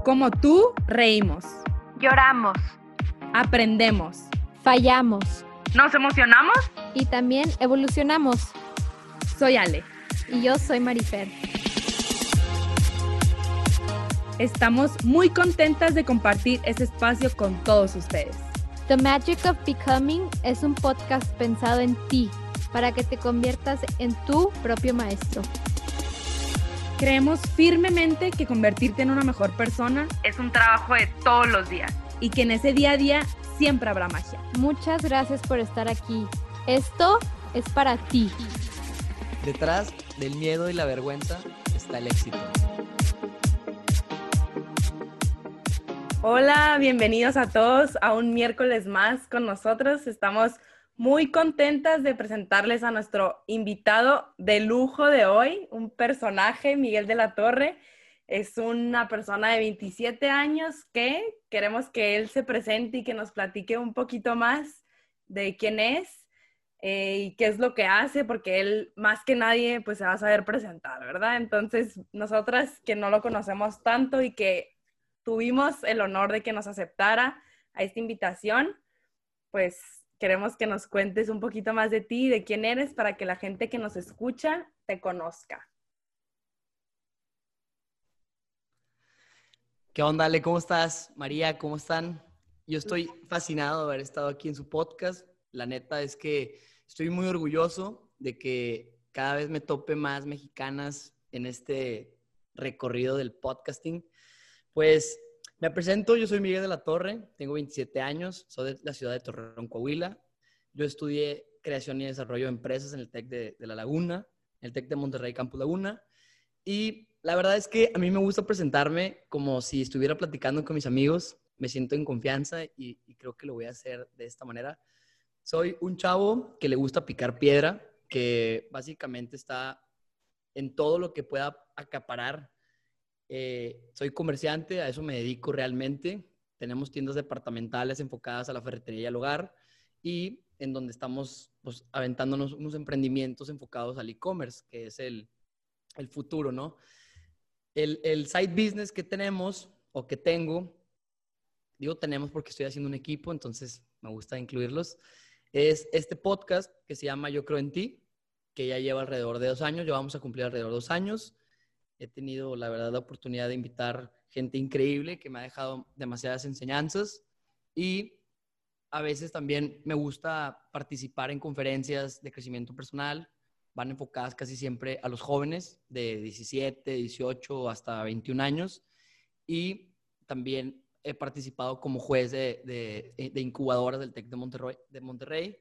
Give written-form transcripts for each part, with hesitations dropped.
Como tú, reímos, lloramos, aprendemos, fallamos nos emocionamos y también evolucionamos. Soy Ale. Y yo soy Marifer. Estamos muy contentas de compartir este espacio con todos ustedes. The Magic of Becoming es un podcast pensado en ti, para que te conviertas en tu propio maestro. Creemos firmemente que convertirte en una mejor persona es un trabajo de todos los días. Y que en ese día a día siempre habrá magia. Muchas gracias por estar aquí. Esto es para ti. Detrás del miedo y la vergüenza está el éxito. Hola, bienvenidos a todos a un miércoles más con nosotros. Estamos muy contentas de presentarles a nuestro invitado de lujo de hoy, un personaje, Miguel de la Torre. Es una persona de 27 años que queremos que él se presente y que nos platique un poquito más de quién es y qué es lo que hace, porque él más que nadie pues se va a saber presentar, ¿verdad? Entonces, nosotras que no lo conocemos tanto y que tuvimos el honor de que nos aceptara a esta invitación, pues queremos que nos cuentes un poquito más de ti y de quién eres para que la gente que nos escucha te conozca. ¿Qué onda, Ale? ¿Cómo estás? María, ¿cómo están? Yo estoy fascinado de haber estado aquí en su podcast. La neta es que estoy muy orgulloso de que cada vez me tope más mexicanas en este recorrido del podcasting. Pues me presento, yo soy Miguel de la Torre, tengo 27 años, soy de la ciudad de Torreón, Coahuila. Yo estudié creación y desarrollo de empresas en el TEC de La Laguna, en el TEC de Monterrey, Campus Laguna. Y la verdad es que a mí me gusta presentarme como si estuviera platicando con mis amigos. Me siento en confianza y creo que lo voy a hacer de esta manera. Soy un chavo que le gusta picar piedra, que básicamente está en todo lo que pueda acaparar. Soy comerciante, a eso me dedico realmente. Tenemos tiendas departamentales enfocadas a la ferretería y al hogar y en donde estamos pues, aventándonos unos emprendimientos enfocados al e-commerce, que es el futuro, ¿no? El side business que tenemos o que tengo, digo tenemos porque estoy haciendo un equipo, entonces me gusta incluirlos, es este podcast que se llama Yo Creo en Ti, que ya lleva alrededor de 2 años, ya vamos a cumplir alrededor de 2 años. He tenido, la verdad, la oportunidad de invitar gente increíble que me ha dejado demasiadas enseñanzas y a veces también me gusta participar en conferencias de crecimiento personal. Van enfocadas casi siempre a los jóvenes de 17, 18 hasta 21 años y también he participado como juez de incubadoras del TEC de Monterrey.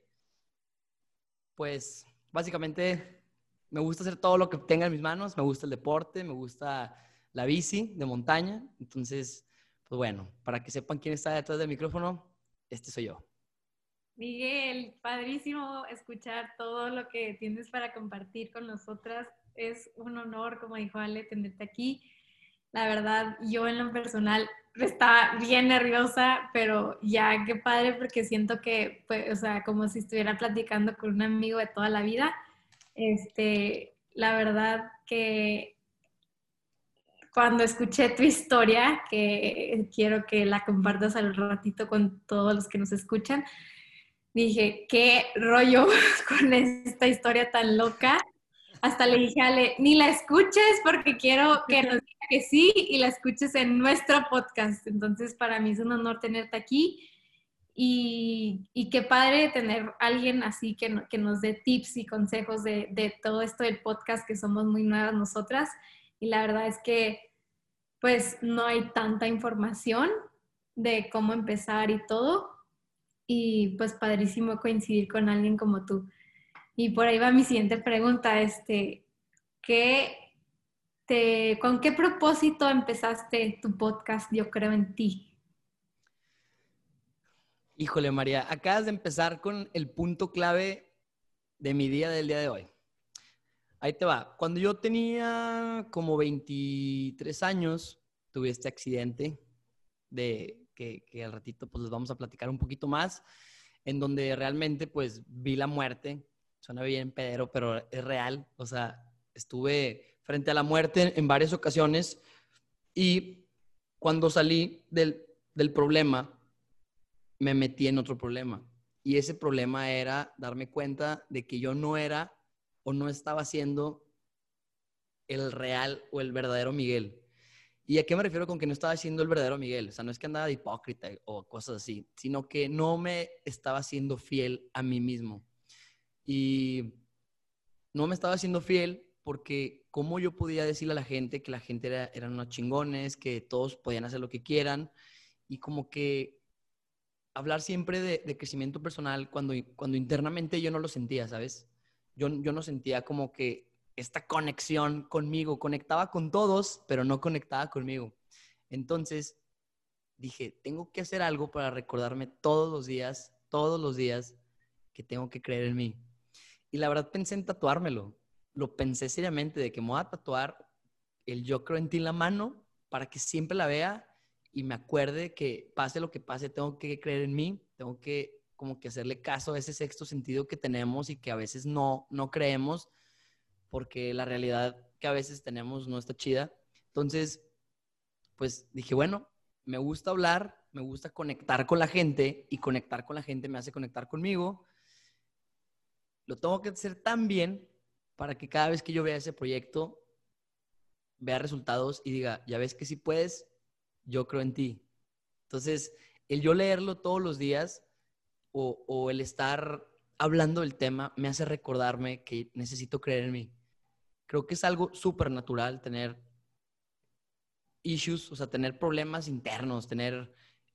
Pues básicamente me gusta hacer todo lo que tenga en mis manos, me gusta el deporte, me gusta la bici de montaña. Entonces, pues bueno, para que sepan quién está detrás del micrófono, este soy yo. Miguel, padrísimo escuchar todo lo que tienes para compartir con nosotras. Es un honor, como dijo Ale, tenerte aquí. La verdad, yo en lo personal estaba bien nerviosa, pero ya qué padre porque siento que, pues, o sea, como si estuviera platicando con un amigo de toda la vida. La verdad que cuando escuché tu historia, que quiero que la compartas al ratito con todos los que nos escuchan, dije, qué rollo con esta historia tan loca. Hasta le dije a Ale, ni la escuches porque quiero que nos diga que sí y la escuches en nuestro podcast. Entonces, para mí es un honor tenerte aquí y qué padre tener a alguien así que nos dé tips y consejos de todo esto del podcast, que somos muy nuevas nosotras. Y la verdad es que, pues, no hay tanta información de cómo empezar y todo. Y pues padrísimo coincidir con alguien como tú. Y por ahí va mi siguiente pregunta, ¿con qué propósito empezaste tu podcast Yo Creo en Ti? Híjole, María, acabas de empezar con el punto clave de mi día del día de hoy. Ahí te va. Cuando yo tenía como 23 años, tuve este accidente de que al ratito pues les vamos a platicar un poquito más, en donde realmente pues vi la muerte. Suena bien pedero, pero es real. O sea, estuve frente a la muerte en varias ocasiones y cuando salí del problema, me metí en otro problema. Y ese problema era darme cuenta de que yo no era o no estaba siendo el real o el verdadero Miguel. ¿Y a qué me refiero con que no estaba siendo el verdadero Miguel? O sea, no es que andaba de hipócrita o cosas así, sino que no me estaba siendo fiel a mí mismo. Y no me estaba siendo fiel porque cómo yo podía decirle a la gente que la gente eran unos chingones, que todos podían hacer lo que quieran, y como que hablar siempre de crecimiento personal cuando internamente yo no lo sentía, ¿sabes? Yo no sentía como que esta conexión conmigo, conectaba con todos, pero no conectaba conmigo. Entonces dije, tengo que hacer algo para recordarme todos los días, que tengo que creer en mí. Y la verdad pensé en tatuármelo. Lo pensé seriamente de que me voy a tatuar el yo creo en ti en la mano para que siempre la vea y me acuerde que pase lo que pase, tengo que creer en mí, tengo que como que hacerle caso a ese sexto sentido que tenemos y que a veces no creemos porque la realidad que a veces tenemos no está chida. Entonces, pues dije, bueno, me gusta hablar, me gusta conectar con la gente y conectar con la gente me hace conectar conmigo. Lo tengo que hacer tan bien para que cada vez que yo vea ese proyecto, vea resultados y diga, ya ves que si puedes, yo creo en ti. Entonces, el yo leerlo todos los días o el estar hablando del tema me hace recordarme que necesito creer en mí. Creo que es algo súper natural tener issues, o sea, tener problemas internos, tener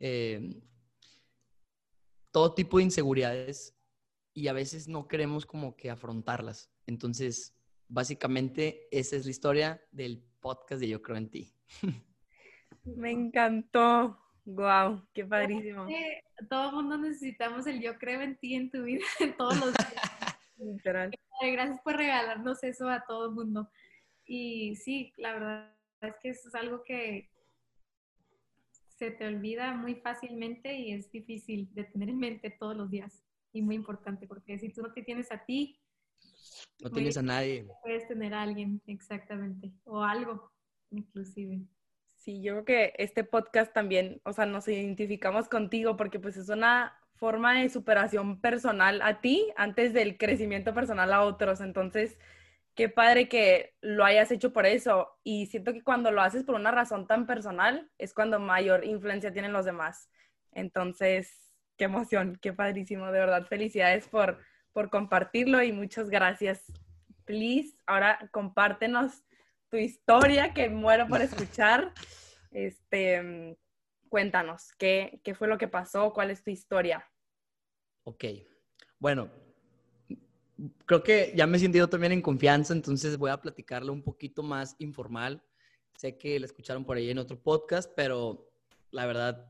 todo tipo de inseguridades y a veces no queremos como que afrontarlas. Entonces, básicamente, esa es la historia del podcast de Yo Creo en Ti. Me encantó. Wow, qué padrísimo. Todo el mundo necesitamos el yo creo en ti en tu vida todos los días. Literal. Gracias por regalarnos eso a todo el mundo. Y sí, la verdad es que eso es algo que se te olvida muy fácilmente y es difícil de tener en mente todos los días. Y muy importante, porque si tú no te tienes a ti, No tienes a nadie. puedes tener a alguien, exactamente, o algo, inclusive. Sí, yo creo que este podcast también, o sea, nos identificamos contigo porque pues es una forma de superación personal a ti antes del crecimiento personal a otros. Entonces, qué padre que lo hayas hecho por eso. Y siento que cuando lo haces por una razón tan personal es cuando mayor influencia tienen los demás. Entonces, qué emoción, qué padrísimo. De verdad, felicidades por compartirlo y muchas gracias. Please, ahora compártenos tu historia que muero por escuchar. Cuéntanos, ¿qué fue lo que pasó? ¿Cuál es tu historia? Ok, bueno, creo que ya me he sentido también en confianza, entonces voy a platicarlo un poquito más informal. Sé que la escucharon por ahí en otro podcast, pero la verdad,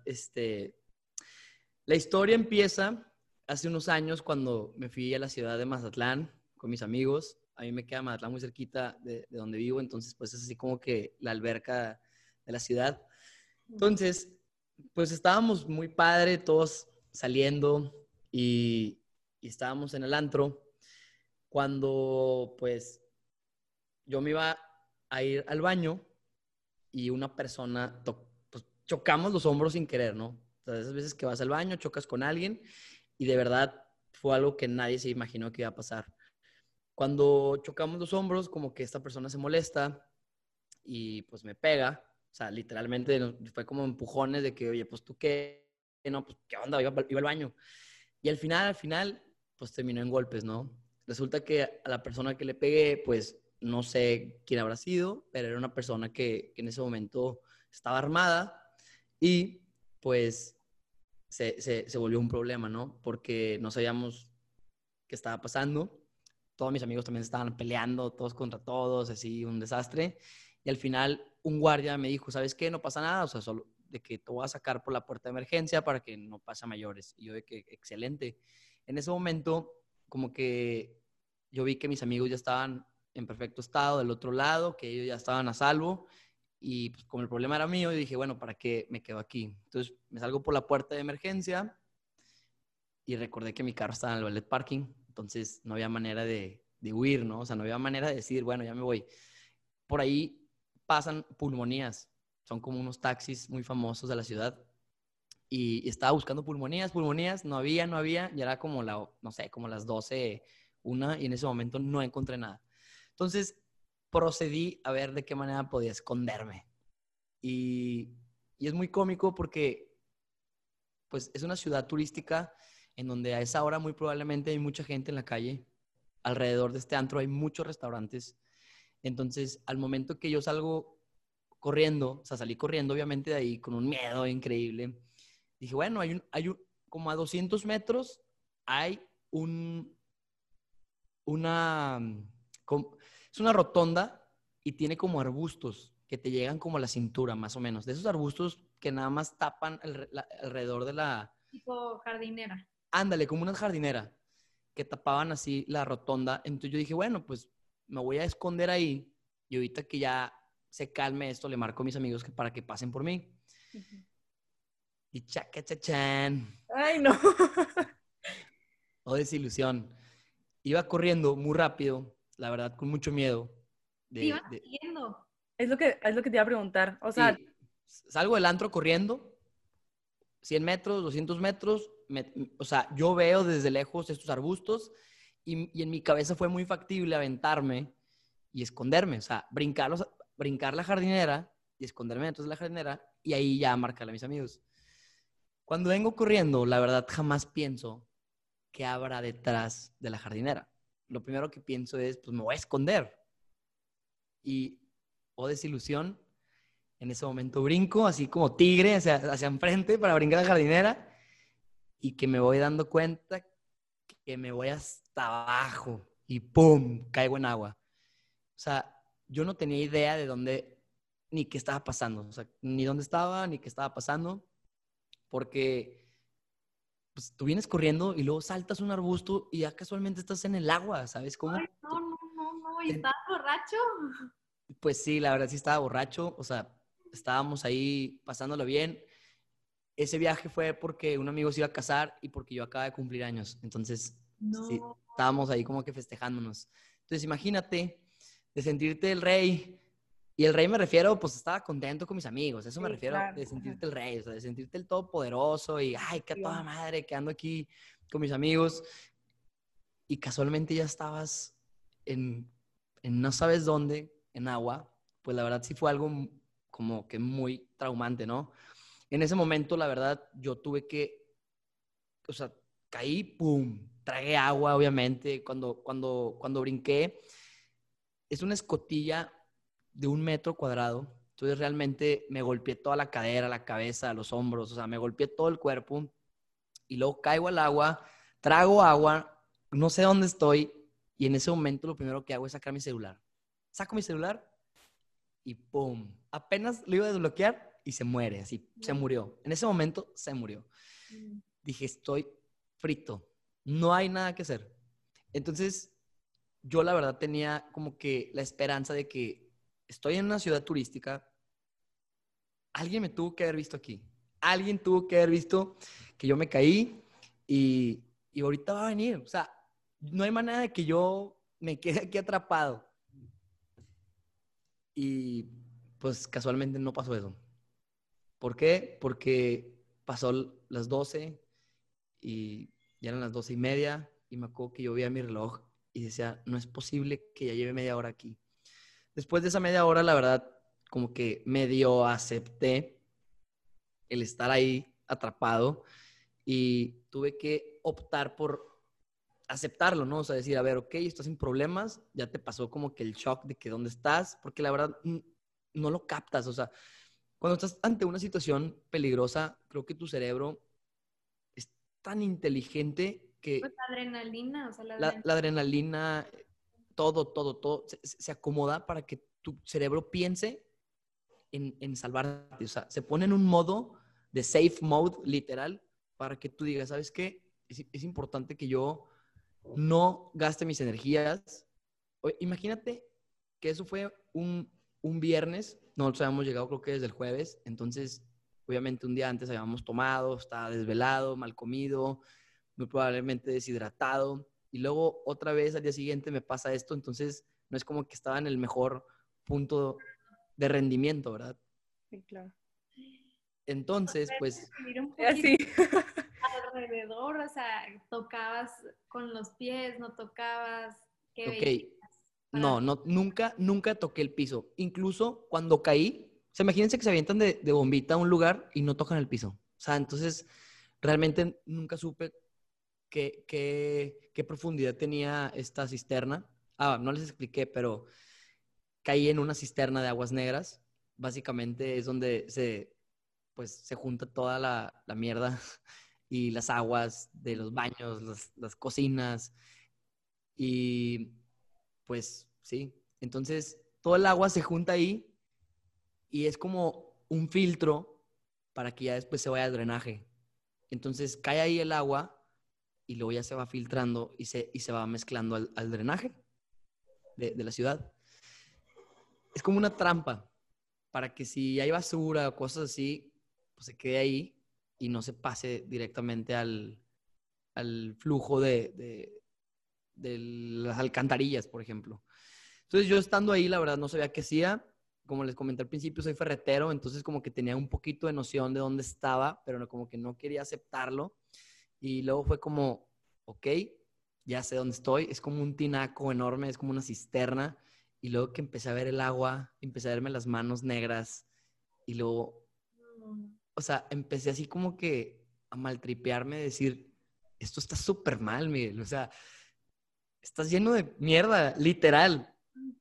la historia empieza hace unos años cuando me fui a la ciudad de Mazatlán con mis amigos. A mí me queda Mazatlán muy cerquita de donde vivo, entonces pues es así como que la alberca de la ciudad. Entonces, pues estábamos muy padre, todos saliendo y estábamos en el antro cuando pues yo me iba a ir al baño y una persona, pues, chocamos los hombros sin querer, ¿no? O sea, esas veces que vas al baño, chocas con alguien y de verdad fue algo que nadie se imaginó que iba a pasar. Cuando chocamos los hombros, como que esta persona se molesta y pues me pega. O sea, literalmente fue como empujones de que, oye, pues tú qué, no, pues qué onda, iba al baño. Y al final, pues terminó en golpes, ¿no? Resulta que a la persona que le pegué, pues no sé quién habrá sido, pero era una persona que en ese momento estaba armada y pues se volvió un problema, ¿no? Porque no sabíamos qué estaba pasando. Todos mis amigos también estaban peleando, todos contra todos, así, un desastre. Y al final un guardia me dijo, ¿sabes qué? No pasa nada, o sea, solo de que te voy a sacar por la puerta de emergencia para que no pase a mayores. Y yo de que, excelente. En ese momento, como que yo vi que mis amigos ya estaban en perfecto estado del otro lado, que ellos ya estaban a salvo. Y pues como el problema era mío, yo dije, bueno, ¿para qué me quedo aquí? Entonces me salgo por la puerta de emergencia y recordé que mi carro estaba en el valet parking, entonces no había manera de huir, ¿no? O sea, no había manera de decir, bueno, ya me voy. Por ahí pasan pulmonías. O son como unos taxis muy famosos de la ciudad. Y estaba buscando pulmonías, no había, ya era como no sé, como las 12, una, y en ese momento no encontré nada. Entonces procedí a ver de qué manera podía esconderme. Y es muy cómico porque pues es una ciudad turística en donde a esa hora muy probablemente hay mucha gente en la calle. Alrededor de este antro hay muchos restaurantes. Entonces, al momento que yo salgo corriendo, o sea, salí corriendo obviamente de ahí con un miedo increíble. Dije, bueno, como a 200 metros hay una, es una rotonda y tiene como arbustos que te llegan como a la cintura, más o menos. De esos arbustos que nada más tapan alrededor de la... Tipo jardinera. Ándale, como una jardinera que tapaban así la rotonda. Entonces yo dije, bueno, pues me voy a esconder ahí y ahorita que ya se calme esto, le marco a mis amigos para que pasen por mí. Y chacachachán. Ay, no. Oh, desilusión. Iba corriendo muy rápido, la verdad, con mucho miedo. Te iban siguiendo. Es lo que te iba a preguntar. O sea, Sí, salgo del antro corriendo, 100 metros, 200 metros, o sea, yo veo desde lejos estos arbustos y en mi cabeza fue muy factible aventarme y esconderme, o sea, brincar la jardinera y esconderme dentro de la jardinera y ahí ya marcarle a mis amigos. Cuando vengo corriendo, la verdad jamás pienso qué habrá detrás de la jardinera. Lo primero que pienso es, pues me voy a esconder. Y, oh desilusión, en ese momento brinco, así como tigre, hacia enfrente para brincar la jardinera y que me voy dando cuenta que me voy hasta abajo y ¡pum! Caigo en agua. O sea, yo no tenía idea de dónde, ni qué estaba pasando. O sea, ni dónde estaba, ni qué estaba pasando, porque pues, tú vienes corriendo y luego saltas un arbusto y ya casualmente estás en el agua, ¿sabes cómo? Ay, no, ¿y estabas borracho? Pues sí, la verdad sí estaba borracho, o sea, estábamos ahí pasándolo bien. Ese viaje fue porque un amigo se iba a casar y porque yo acaba de cumplir años. Entonces, sí, No. estábamos ahí como que festejándonos. Entonces, imagínate de sentirte el rey. Y el rey me refiero, pues estaba contento con mis amigos. Eso me sí, refiero claro. de sentirte el rey, o sea, de sentirte el todopoderoso y, ay, qué a toda madre, que ando aquí con mis amigos. Y casualmente ya estabas en no sabes dónde, en agua. Pues la verdad sí fue algo como que muy traumante, ¿no? En ese momento, la verdad, yo tuve que, o sea, caí, pum, tragué agua, obviamente. Cuando brinqué, es una escotilla de 1 metro cuadrado. Entonces realmente me golpeé toda la cadera, la cabeza, los hombros, o sea, me golpeé todo el cuerpo. Y luego caigo al agua, trago agua, no sé dónde estoy. Y en ese momento lo primero que hago es sacar mi celular. Saco mi celular y ¡pum! Apenas lo iba a desbloquear y se muere, así, se murió. En ese momento se murió. Dije, estoy frito, no hay nada que hacer. Entonces, yo la verdad tenía como que la esperanza de que estoy en una ciudad turística, alguien me tuvo que haber visto aquí, alguien tuvo que haber visto que yo me caí y ahorita va a venir. O sea, no hay manera de que yo me quede aquí atrapado. Y pues casualmente no pasó eso. ¿Por qué? Porque pasó las 12 y ya eran las 12:30 y me acuerdo que yo veía mi reloj y decía, no es posible que ya lleve media hora aquí. Después de esa media hora, la verdad, como que medio acepté el estar ahí atrapado y tuve que optar por aceptarlo, ¿no? O sea, decir, a ver, ok, estás sin problemas, ya te pasó como que el shock de que dónde estás, porque la verdad no lo captas, o sea, cuando estás ante una situación peligrosa, creo que tu cerebro es tan inteligente Pues que la adrenalina, o sea, la adrenalina, todo se acomoda para que tu cerebro piense en salvarte. O sea, se pone en un modo de safe mode, literal, para que tú digas, ¿sabes qué? Es importante que yo no gaste mis energías. Imagínate que eso fue un viernes, nosotros habíamos llegado creo que desde el jueves, entonces obviamente un día antes habíamos tomado, estaba desvelado, mal comido, muy probablemente deshidratado, y luego otra vez al día siguiente me pasa esto, entonces no es como que estaba en el mejor punto de rendimiento, ¿verdad? Sí, claro. Entonces, pues, Describir un poquito Así. alrededor, o sea, tocabas con los pies, no tocabas, ¿qué ok, veías? no, nunca toqué el piso. Incluso cuando caí, o sea, imagínense que se avientan de bombita a un lugar y no tocan el piso. O sea, entonces, realmente nunca supe qué profundidad tenía esta cisterna. No les expliqué, pero caí en una cisterna de aguas negras. Básicamente es donde pues, se junta toda la mierda y las aguas de los baños, las cocinas. Y pues sí, entonces todo el agua se junta ahí y es como un filtro para que ya después se vaya al drenaje. Entonces cae ahí el agua y luego ya se va filtrando y se va mezclando al drenaje de la ciudad. Es como una trampa para que si hay basura o cosas así, pues se quede ahí y no se pase directamente al flujo de las alcantarillas, por ejemplo. Entonces yo estando ahí, la verdad, no sabía qué hacía. Como les comenté al principio, soy ferretero, entonces como que tenía un poquito de noción de dónde estaba, pero como que no quería aceptarlo. Y luego fue como, ok, ya sé dónde estoy. Es como un tinaco enorme, es como una cisterna. Y luego que empecé a ver el agua, empecé a verme las manos negras. Y luego, o sea, empecé así como que a maltripearme, decir, esto está súper mal, Miguel. O sea, estás lleno de mierda, literal.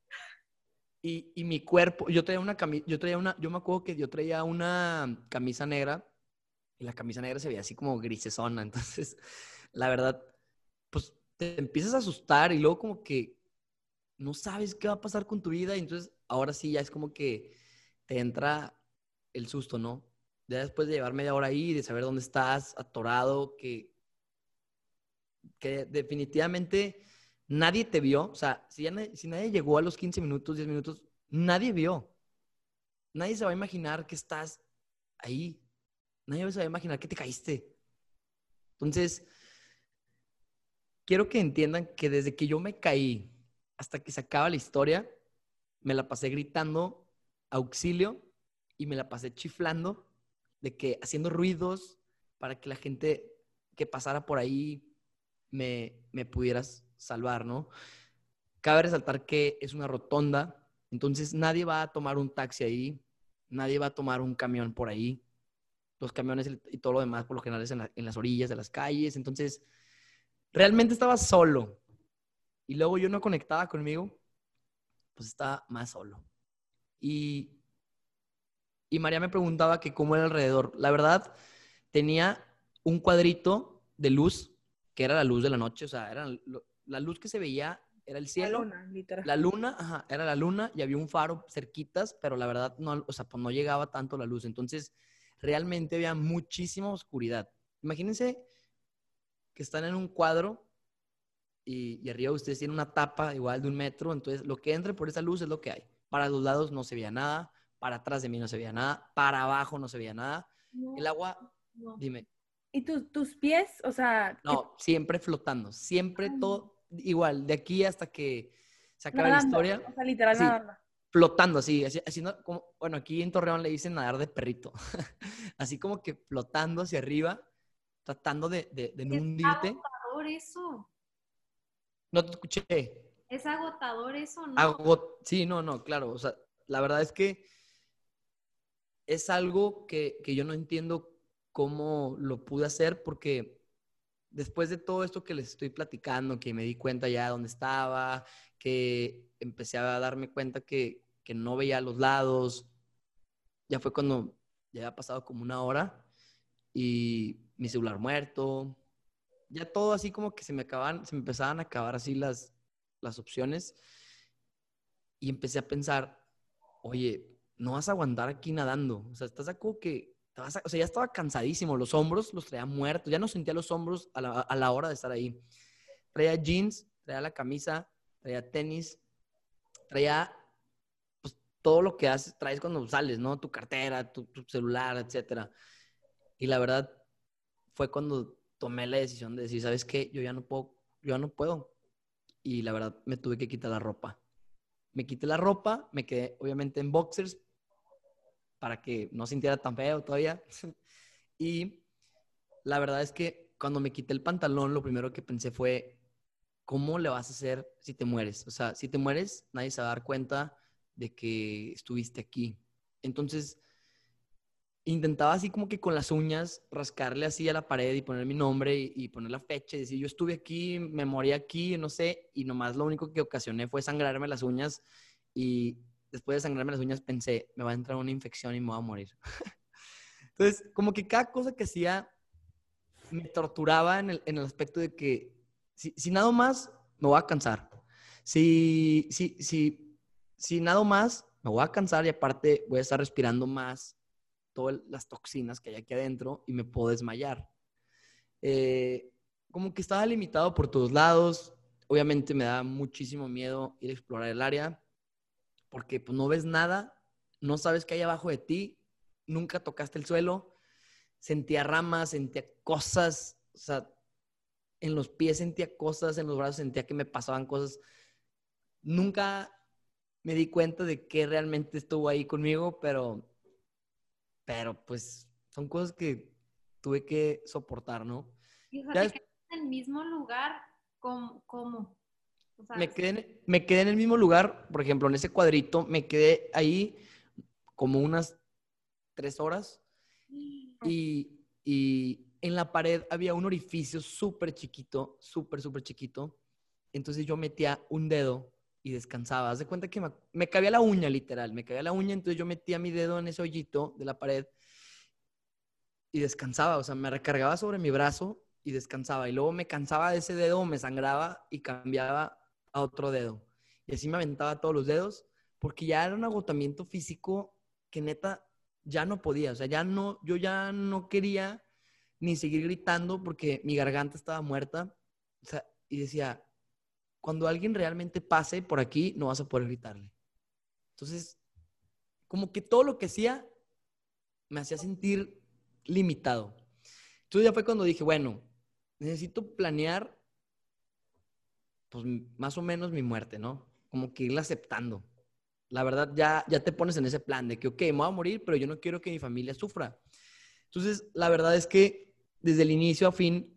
Y mi cuerpo, yo me acuerdo que yo traía una camisa negra y la camisa negra se veía así como grisesona. Entonces, la verdad, pues te empiezas a asustar y luego como que no sabes qué va a pasar con tu vida. Y entonces, ahora sí ya es como que te entra el susto, ¿no? Ya después de llevar media hora ahí, de saber dónde estás, atorado, que definitivamente nadie te vio. O sea, si nadie llegó a los 15 minutos, 10 minutos, nadie vio. Nadie se va a imaginar que estás ahí. Nadie se va a imaginar que te caíste. Entonces, quiero que entiendan que desde que yo me caí hasta que se acaba la historia, me la pasé gritando auxilio y me la pasé chiflando, de que haciendo ruidos para que la gente que pasara por ahí me pudieras salvar, ¿no? Cabe resaltar que es una rotonda, entonces nadie va a tomar un taxi ahí, nadie va a tomar un camión por ahí. Los camiones y todo lo demás por lo general es en las orillas de las calles. Entonces, realmente estaba solo. Y luego yo no conectaba conmigo, pues estaba más solo. Y, y María me preguntaba que cómo era alrededor. La verdad, tenía un cuadrito de luz, que era la luz de la noche. O sea, la luz que se veía era el La cielo. luna, literal. La luna, ajá, era la luna y había un faro cerquitas, pero la verdad no, o sea, pues no llegaba tanto la luz. Entonces, realmente había muchísima oscuridad. Imagínense que están en un cuadro y arriba ustedes tienen una tapa igual de 1 metro, entonces lo que entre por esa luz es lo que hay. Para los lados no se veía nada, para atrás de mí no se veía nada, para abajo no se veía nada. El No, agua, no. dime, ¿Y tus pies? O sea, no, siempre flotando, siempre todo igual, de aquí hasta que se acabe la nadando, historia, o sea, literal así, nadando. flotando, así, haciendo como, bueno, aquí en Torreón le dicen nadar de perrito, así como que flotando hacia arriba, tratando de no Es hundirte. agotador eso. No te escuché. Es agotador eso, ¿no? Sí, no, claro. O sea, la verdad es que es algo que yo no entiendo cómo lo pude hacer porque después de todo esto que les estoy platicando, que me di cuenta ya de dónde estaba, que empecé a darme cuenta que no veía a los lados, ya fue cuando ya había pasado como 1 hora y mi celular muerto, ya todo así como que se me empezaban a acabar así las opciones y empecé a pensar, oye, no vas a aguantar aquí nadando. O sea, estás como que, o sea, ya estaba cansadísimo. Los hombros los traía muertos. Ya no sentía los hombros a la hora de estar ahí. Traía jeans, traía la camisa, traía tenis, traía pues, todo lo que traes cuando sales, ¿no? Tu cartera, tu celular, etcétera. Y la verdad fue cuando tomé la decisión de decir, ¿sabes qué? Yo ya no puedo. Y la verdad me tuve que quitar la ropa. Me quité la ropa, me quedé obviamente en boxers para que no sintiera tan feo todavía. Y la verdad es que cuando me quité el pantalón, lo primero que pensé fue, ¿cómo le vas a hacer si te mueres? O sea, si te mueres, nadie se va a dar cuenta de que estuviste aquí. Entonces, intentaba así como que con las uñas rascarle así a la pared y poner mi nombre y poner la fecha y decir, yo estuve aquí, me morí aquí, no sé, y nomás lo único que ocasioné fue sangrarme las uñas y después de sangrarme las uñas pensé, me va a entrar una infección y me voy a morir. Entonces, como que cada cosa que hacía me torturaba en el aspecto de que si nado más, me voy a cansar. Si nado más, me voy a cansar y aparte voy a estar respirando más todas las toxinas que hay aquí adentro y me puedo desmayar. Eh, Como que estaba limitado por todos lados. Obviamente me da muchísimo miedo ir a explorar el área porque pues, no ves nada, no sabes qué hay abajo de ti, nunca tocaste el suelo, sentía ramas, sentía cosas, o sea, en los pies sentía cosas, en los brazos sentía que me pasaban cosas. Nunca me di cuenta de qué realmente estuvo ahí conmigo, pero pues son cosas que tuve que soportar, ¿no? Y o sea, Ya te quedas en el mismo lugar, ¿cómo? O sea, me quedé en el mismo lugar, por ejemplo, en ese cuadrito, me quedé ahí como unas 3 horas y en la pared había un orificio súper chiquito, súper chiquito. Entonces yo metía un dedo y descansaba. Haz de cuenta que me cabía la uña, literal. Me cabía la uña, entonces yo metía mi dedo en ese hoyito de la pared y descansaba. O sea, me recargaba sobre mi brazo y descansaba. Y luego me cansaba de ese dedo, me sangraba y cambiaba a otro dedo. Y así me aventaba todos los dedos porque ya era un agotamiento físico que neta ya no podía. O sea, yo ya no quería ni seguir gritando porque mi garganta estaba muerta. O sea, y decía, cuando alguien realmente pase por aquí, no vas a poder gritarle. Entonces, como que todo lo que hacía me hacía sentir limitado. Entonces ya fue cuando dije, bueno, necesito planear, pues más o menos mi muerte, ¿no? Como que irla aceptando. La verdad, ya te pones en ese plan de que, ok, me voy a morir, pero yo no quiero que mi familia sufra. Entonces, la verdad es que desde el inicio a fin,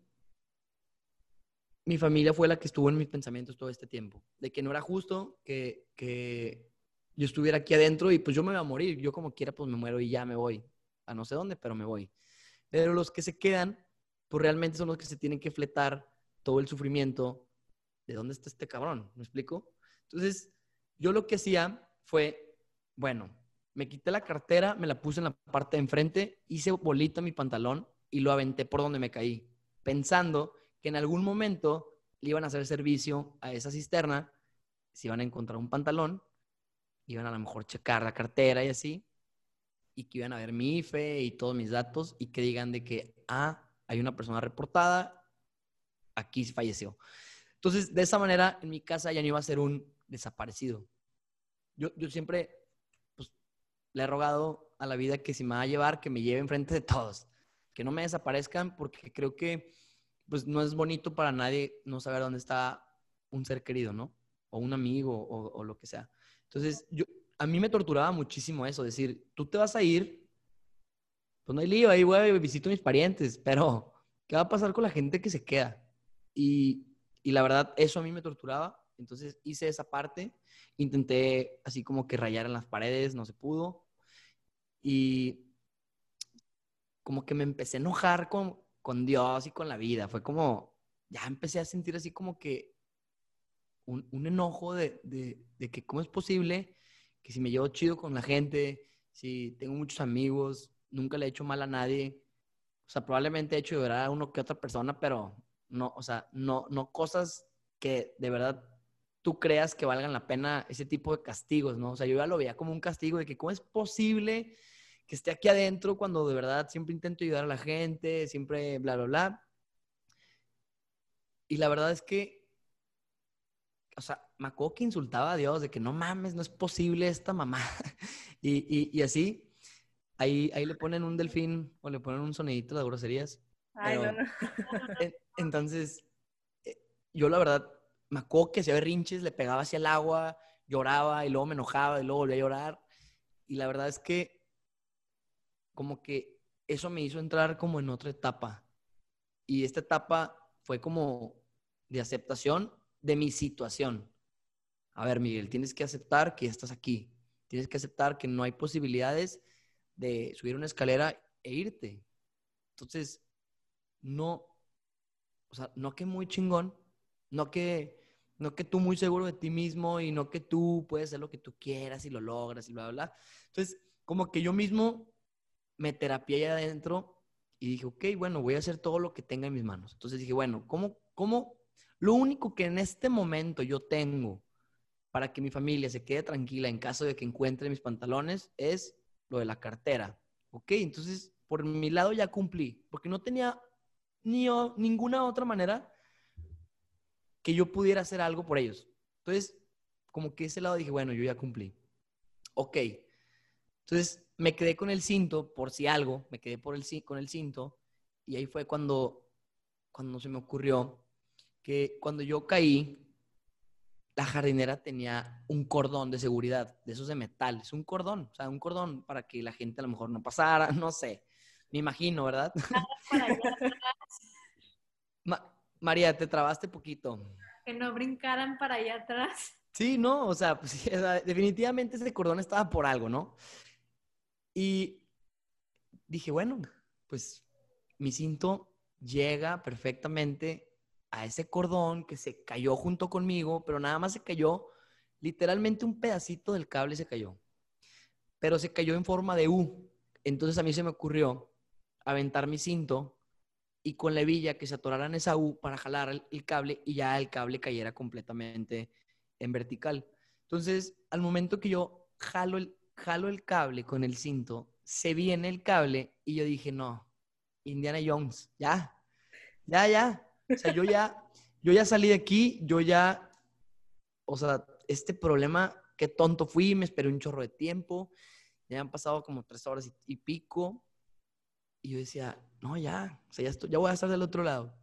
mi familia fue la que estuvo en mis pensamientos todo este tiempo, de que no era justo que yo estuviera aquí adentro y pues yo me voy a morir, yo como quiera pues me muero y ya me voy, a no sé dónde, pero me voy. Pero los que se quedan, pues realmente son los que se tienen que fletar todo el sufrimiento de dónde está este cabrón, ¿me explico? Entonces, yo lo que hacía fue, bueno, me quité la cartera, me la puse en la parte de enfrente, hice bolita mi pantalón y lo aventé por donde me caí, pensando que en algún momento le iban a hacer servicio a esa cisterna, si iban a encontrar un pantalón, iban a lo mejor checar la cartera y así, y que iban a ver mi IFE y todos mis datos y que digan de que, hay una persona reportada, aquí falleció. Entonces, de esa manera, en mi casa ya no iba a ser un desaparecido. Yo siempre pues, le he rogado a la vida que si me va a llevar, que me lleve enfrente de todos, que no me desaparezcan porque creo que pues no es bonito para nadie no saber dónde está un ser querido, ¿no? O un amigo o lo que sea. Entonces, a mí me torturaba muchísimo eso, decir, tú te vas a ir, pues no hay lío, ahí voy a visito a mis parientes, pero ¿qué va a pasar con la gente que se queda? Y la verdad, eso a mí me torturaba. Entonces hice esa parte, intenté así como que rayar en las paredes, no se pudo. Y como que me empecé a enojar con Dios y con la vida. Fue como, ya empecé a sentir así como que un enojo de que cómo es posible que si me llevo chido con la gente, si tengo muchos amigos, nunca le he hecho mal a nadie. O sea, probablemente he hecho llorar a uno que otra persona, pero no, o sea, no cosas que de verdad tú creas que valgan la pena ese tipo de castigos, ¿no? O sea, yo ya lo veía como un castigo de que cómo es posible que esté aquí adentro cuando de verdad siempre intento ayudar a la gente, siempre bla, bla, bla. Y la verdad es que, o sea, me acuerdo que insultaba a Dios de que no mames, no es posible esta mamá. Y así, ahí le ponen un delfín o le ponen un sonidito de groserías. Ay, no, Pero no. entonces, eh, yo la verdad, me acuerdo que hacía berrinches, le pegaba hacia el agua, lloraba y luego me enojaba y luego volvía a llorar. Y la verdad es que como que eso me hizo entrar como en otra etapa. Y esta etapa fue como de aceptación de mi situación. A ver, Miguel, tienes que aceptar que estás aquí. Tienes que aceptar que no hay posibilidades de subir una escalera e irte. Entonces, no, o sea, no que muy chingón, no que tú muy seguro de ti mismo y no que tú puedes hacer lo que tú quieras y lo logras y bla, bla, bla. Entonces, como que yo mismo me terapié allá adentro y dije, ok, bueno, voy a hacer todo lo que tenga en mis manos. Entonces dije, bueno, ¿cómo? Lo único que en este momento yo tengo para que mi familia se quede tranquila en caso de que encuentre mis pantalones es lo de la cartera. Ok, entonces por mi lado ya cumplí, porque no tenía ninguna otra manera que yo pudiera hacer algo por ellos. Entonces, como que ese lado dije, bueno, yo ya cumplí. Ok, entonces me quedé con el cinto, por si algo, me quedé con el cinto, y ahí fue cuando se me ocurrió que cuando yo caí, la jardinera tenía un cordón de seguridad, de esos de metal, es un cordón, o sea, un cordón para que la gente a lo mejor no pasara, no sé, me imagino, ¿verdad? Para allá, María, te trabaste poquito. que no brincaran para allá atrás. Sí, no, o sea, pues, sí, o sea, definitivamente ese cordón estaba por algo, ¿no? Y dije, bueno, pues mi cinto llega perfectamente a ese cordón que se cayó junto conmigo, pero nada más se cayó, literalmente un pedacito del cable se cayó, pero se cayó en forma de U. Entonces a mí se me ocurrió aventar mi cinto y con la hebilla que se atorara en esa U para jalar el cable y ya el cable cayera completamente en vertical. Entonces, al momento que yo jalo el cable con el cinto, se viene el cable y yo dije, no, Indiana Jones, ya. O sea, yo ya salí de aquí, o sea, este problema, qué tonto fui, me esperé un chorro de tiempo, ya han pasado como 3 horas y pico, y yo decía, no, ya, o sea, ya voy a estar del otro lado.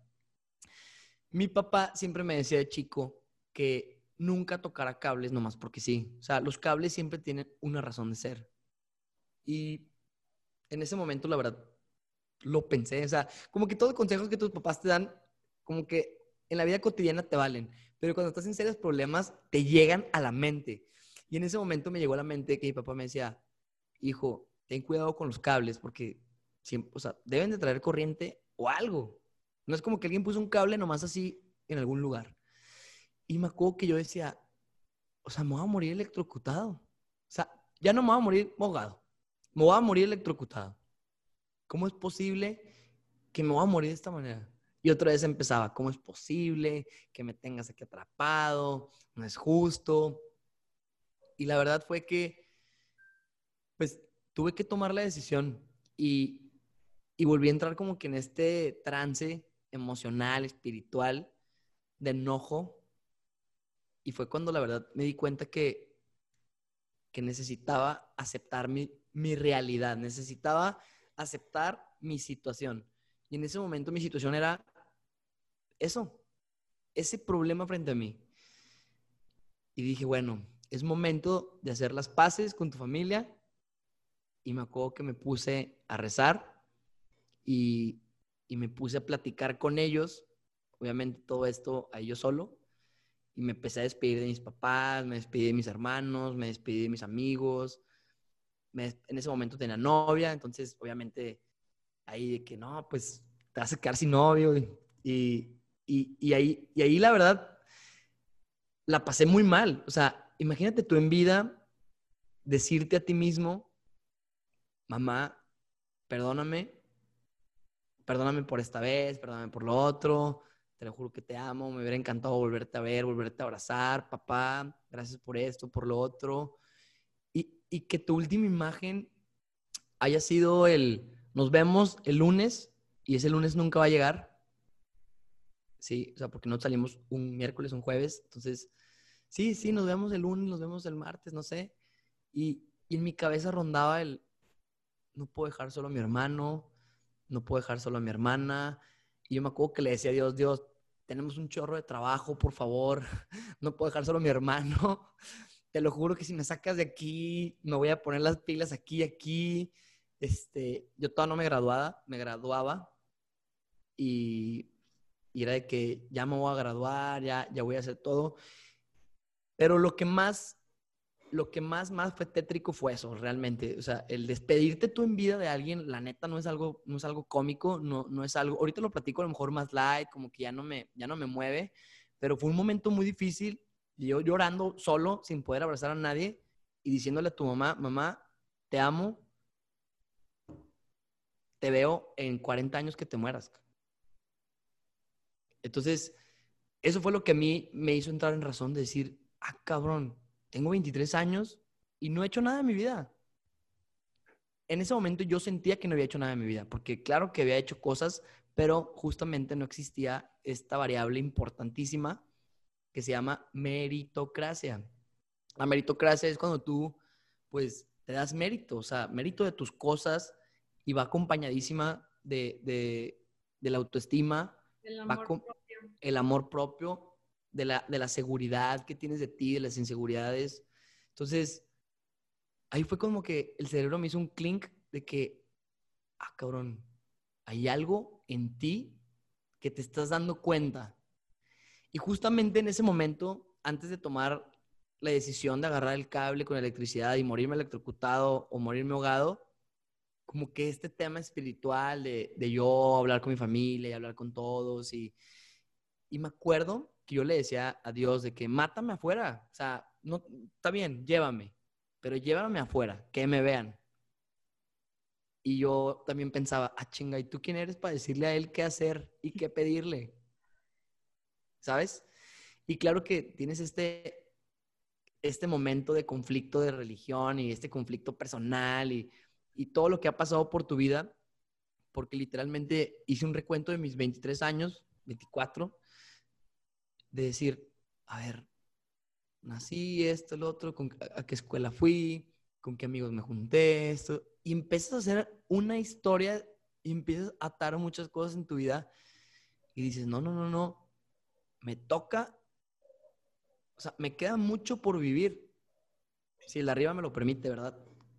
Mi papá siempre me decía de chico que nunca tocara cables nomás porque sí. O sea, los cables siempre tienen una razón de ser. Y en ese momento, la verdad, lo pensé. O sea, como que todos los consejos que tus papás te dan, como que en la vida cotidiana te valen. Pero cuando estás en serios problemas, te llegan a la mente. Y en ese momento me llegó a la mente que mi papá me decía, hijo, ten cuidado con los cables porque siempre, o sea, deben de traer corriente o algo. No es como que alguien puso un cable nomás así en algún lugar. Y me acuerdo que yo decía, o sea, me voy a morir electrocutado. O sea, ya no me voy a morir ahogado. Me voy a morir electrocutado. ¿Cómo es posible que me voy a morir de esta manera? Y otra vez empezaba, ¿cómo es posible que me tengas aquí atrapado? No es justo. Y la verdad fue que, pues, tuve que tomar la decisión y volví a entrar como que en este trance emocional, espiritual, de enojo. Y fue cuando la verdad me di cuenta que necesitaba aceptar mi realidad, necesitaba aceptar mi situación. Y en ese momento mi situación era eso, ese problema frente a mí. Y dije, bueno, es momento de hacer las paces con tu familia. Y me acuerdo que me puse a rezar y, y me puse a platicar con ellos. Obviamente todo esto a ellos solo. Y me empecé a despedir de mis papás, me despedí de mis hermanos, me despedí de mis amigos. En ese momento tenía novia, entonces obviamente ahí de que no, pues te vas a quedar sin novio. Y ahí la verdad la pasé muy mal. O sea, imagínate tú en vida decirte a ti mismo, mamá, perdóname, perdóname por esta vez, perdóname por lo otro, te lo juro que te amo, me hubiera encantado volverte a ver, volverte a abrazar, papá, gracias por esto, por lo otro. Y que tu última imagen haya sido nos vemos el lunes y ese lunes nunca va a llegar. Sí, o sea, porque no salimos un miércoles, un jueves. Entonces, sí, nos vemos el lunes, nos vemos el martes, no sé. Y en mi cabeza rondaba no puedo dejar solo a mi hermano, no puedo dejar solo a mi hermana. Y yo me acuerdo que le decía a Dios, Dios, tenemos un chorro de trabajo, por favor, no puedo dejar solo a mi hermano. Te lo juro que si me sacas de aquí, me voy a poner las pilas aquí. yo todavía no me graduaba y era de que ya me voy a graduar, ya voy a hacer todo. Pero lo que más fue tétrico fue eso, realmente. O sea, el despedirte tú en vida de alguien, la neta, no es algo cómico, no es algo, ahorita lo platico a lo mejor más light, como que ya no me mueve, pero fue un momento muy difícil, y yo llorando solo, sin poder abrazar a nadie, y diciéndole a tu mamá, mamá, te amo, te veo en 40 años que te mueras. Entonces, eso fue lo que a mí me hizo entrar en razón de decir, cabrón, tengo 23 años y no he hecho nada en mi vida. En ese momento yo sentía que no había hecho nada en mi vida, porque claro que había hecho cosas, pero justamente no existía esta variable importantísima que se llama meritocracia. La meritocracia es cuando tú, pues, te das mérito, o sea, mérito de tus cosas, y va acompañadísima de la autoestima, El amor propio. el amor propio, de la seguridad que tienes de ti, de las inseguridades. Entonces, ahí fue como que el cerebro me hizo un clink de que, cabrón, hay algo en ti que te estás dando cuenta. Y justamente en ese momento, antes de tomar la decisión de agarrar el cable con electricidad y morirme electrocutado o morirme ahogado, como que este tema espiritual de yo hablar con mi familia y hablar con todos, y me acuerdo que yo le decía a Dios de que mátame afuera, o sea, no, está bien, llévame, pero llévame afuera, que me vean. Y yo también pensaba, chinga, ¿y tú quién eres para decirle a él qué hacer y qué pedirle? ¿Sabes? Y claro que tienes este momento de conflicto de religión y este conflicto personal y todo lo que ha pasado por tu vida, porque literalmente hice un recuento de mis 23 años, 24, de decir, a ver, nací, esto, el otro, a qué escuela fui, con qué amigos me junté, esto, y empiezas a hacer una historia y empiezas a atar muchas cosas en tu vida y dices, no, me toca, o sea, me queda mucho por vivir, si el de arriba me lo permite, ¿verdad?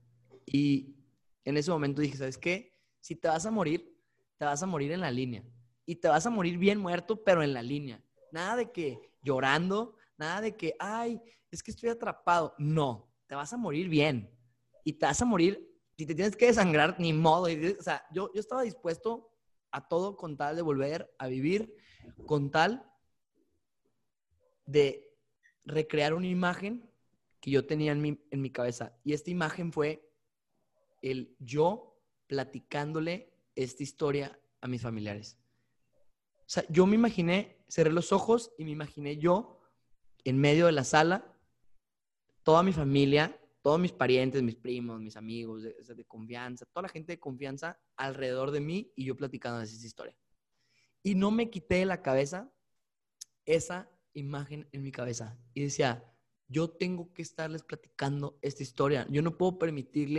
Y en ese momento dije, ¿sabes qué? Si te vas a morir en la línea. Y te vas a morir bien muerto, pero en la línea. Nada de que llorando, nada de que, ay, es que estoy atrapado. No, te vas a morir bien. Y te vas a morir, si te tienes que desangrar, ni modo. O sea, yo estaba dispuesto a todo con tal de volver a vivir, con tal de recrear una imagen que yo tenía en mi cabeza. Y esta imagen fue el yo platicándole esta historia a mis familiares. O sea, yo me imaginé, cerré los ojos y me imaginé yo en medio de la sala, toda mi familia, todos mis parientes, mis primos, mis amigos de confianza, toda la gente de confianza alrededor de mí y yo platicándoles esa historia. Y no me quité de la cabeza esa imagen en mi cabeza. Y decía, yo tengo que estarles platicando esta historia. Yo no puedo permitir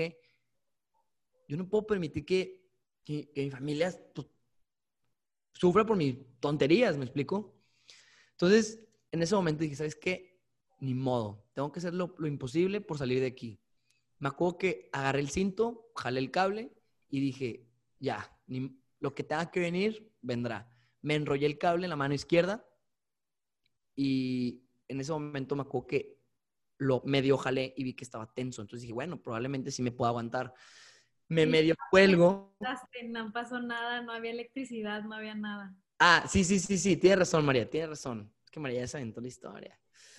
que mi familia sufra por mis tonterías, ¿me explico? Entonces, en ese momento dije, ¿sabes qué? Ni modo, tengo que hacer lo imposible por salir de aquí. Me acuerdo que agarré el cinto, jalé el cable y dije, ya, lo que tenga que venir, vendrá. Me enrollé el cable en la mano izquierda y en ese momento me acuerdo que lo medio jalé y vi que estaba tenso. Entonces dije, bueno, probablemente sí me pueda aguantar. Me medio cuelgo. No pasó nada, no había electricidad, no había nada. Sí, tienes razón, María, tienes razón. Es que María ya se aventó la historia.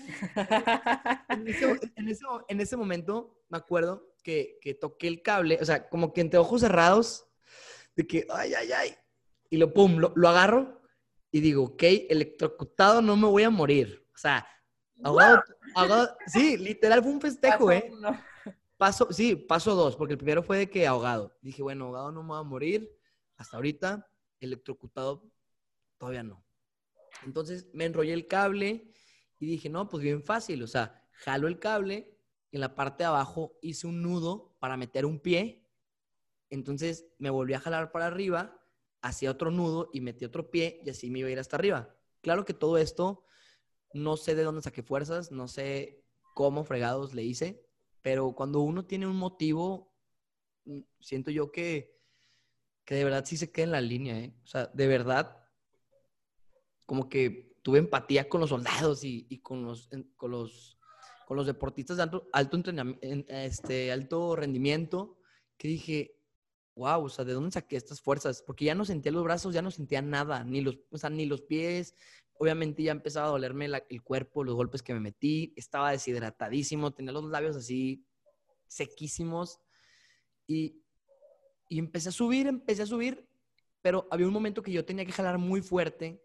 En ese momento me acuerdo que toqué el cable, o sea, como que entre ojos cerrados, de que, ay, y lo agarro y digo, ok, electrocutado no me voy a morir. O sea, ahogado, sí, literal fue un festejo, Paso 2, porque el primero fue de que ahogado. Dije, bueno, ahogado no me voy a morir hasta ahorita, electrocutado todavía no. Entonces me enrollé el cable y dije, no, pues bien fácil, o sea, jalo el cable, en la parte de abajo hice un nudo para meter un pie, entonces me volví a jalar para arriba, hacía otro nudo y metí otro pie y así me iba a ir hasta arriba. Claro que todo esto, no sé de dónde saqué fuerzas, no sé cómo fregados le hice, pero cuando uno tiene un motivo siento yo que de verdad sí se queda en la línea, ¿eh? O sea, de verdad, como que tuve empatía con los soldados y con los deportistas de alto entrenamiento, alto rendimiento, que dije, wow, o sea, ¿de dónde saqué estas fuerzas? Porque ya no sentía los brazos, ya no sentía nada, o sea, ni los pies. Obviamente ya empezaba a dolerme el cuerpo, los golpes que me metí, estaba deshidratadísimo, tenía los labios así sequísimos y, y empecé a subir, pero había un momento que yo tenía que jalar muy fuerte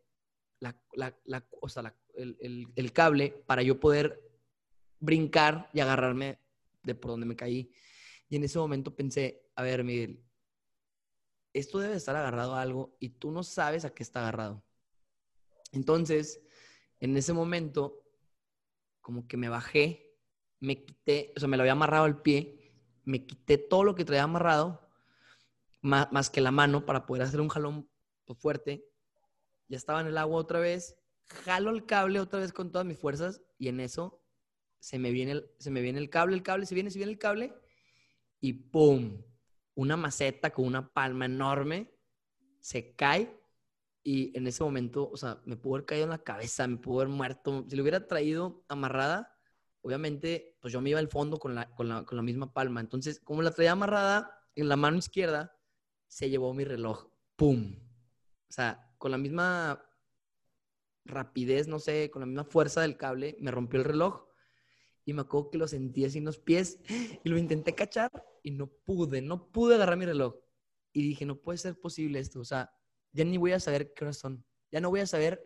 o sea, el cable para yo poder brincar y agarrarme de por donde me caí. Y en ese momento pensé, a ver, Miguel, esto debe estar agarrado a algo y tú no sabes a qué está agarrado. Entonces, en ese momento, como que me bajé, me quité, o sea, me lo había amarrado al pie, me quité todo lo que traía amarrado, más que la mano, para poder hacer un jalón pues, fuerte. Ya estaba en el agua otra vez, jalo el cable otra vez con todas mis fuerzas y en eso se me viene el cable, se viene el cable y ¡pum! Una maceta con una palma enorme se cae y en ese momento, o sea, me pudo haber caído en la cabeza, me pudo haber muerto. Si lo hubiera traído amarrada, obviamente, pues yo me iba al fondo con la misma palma. Entonces, como la traía amarrada en la mano izquierda, se llevó mi reloj. ¡Pum! O sea, con la misma rapidez, no sé, con la misma fuerza del cable, me rompió el reloj y me acuerdo que lo sentí así en los pies y lo intenté cachar y no pude agarrar mi reloj. Y dije, no puede ser posible esto, o sea, ya ni voy a saber qué horas son, ya no voy a saber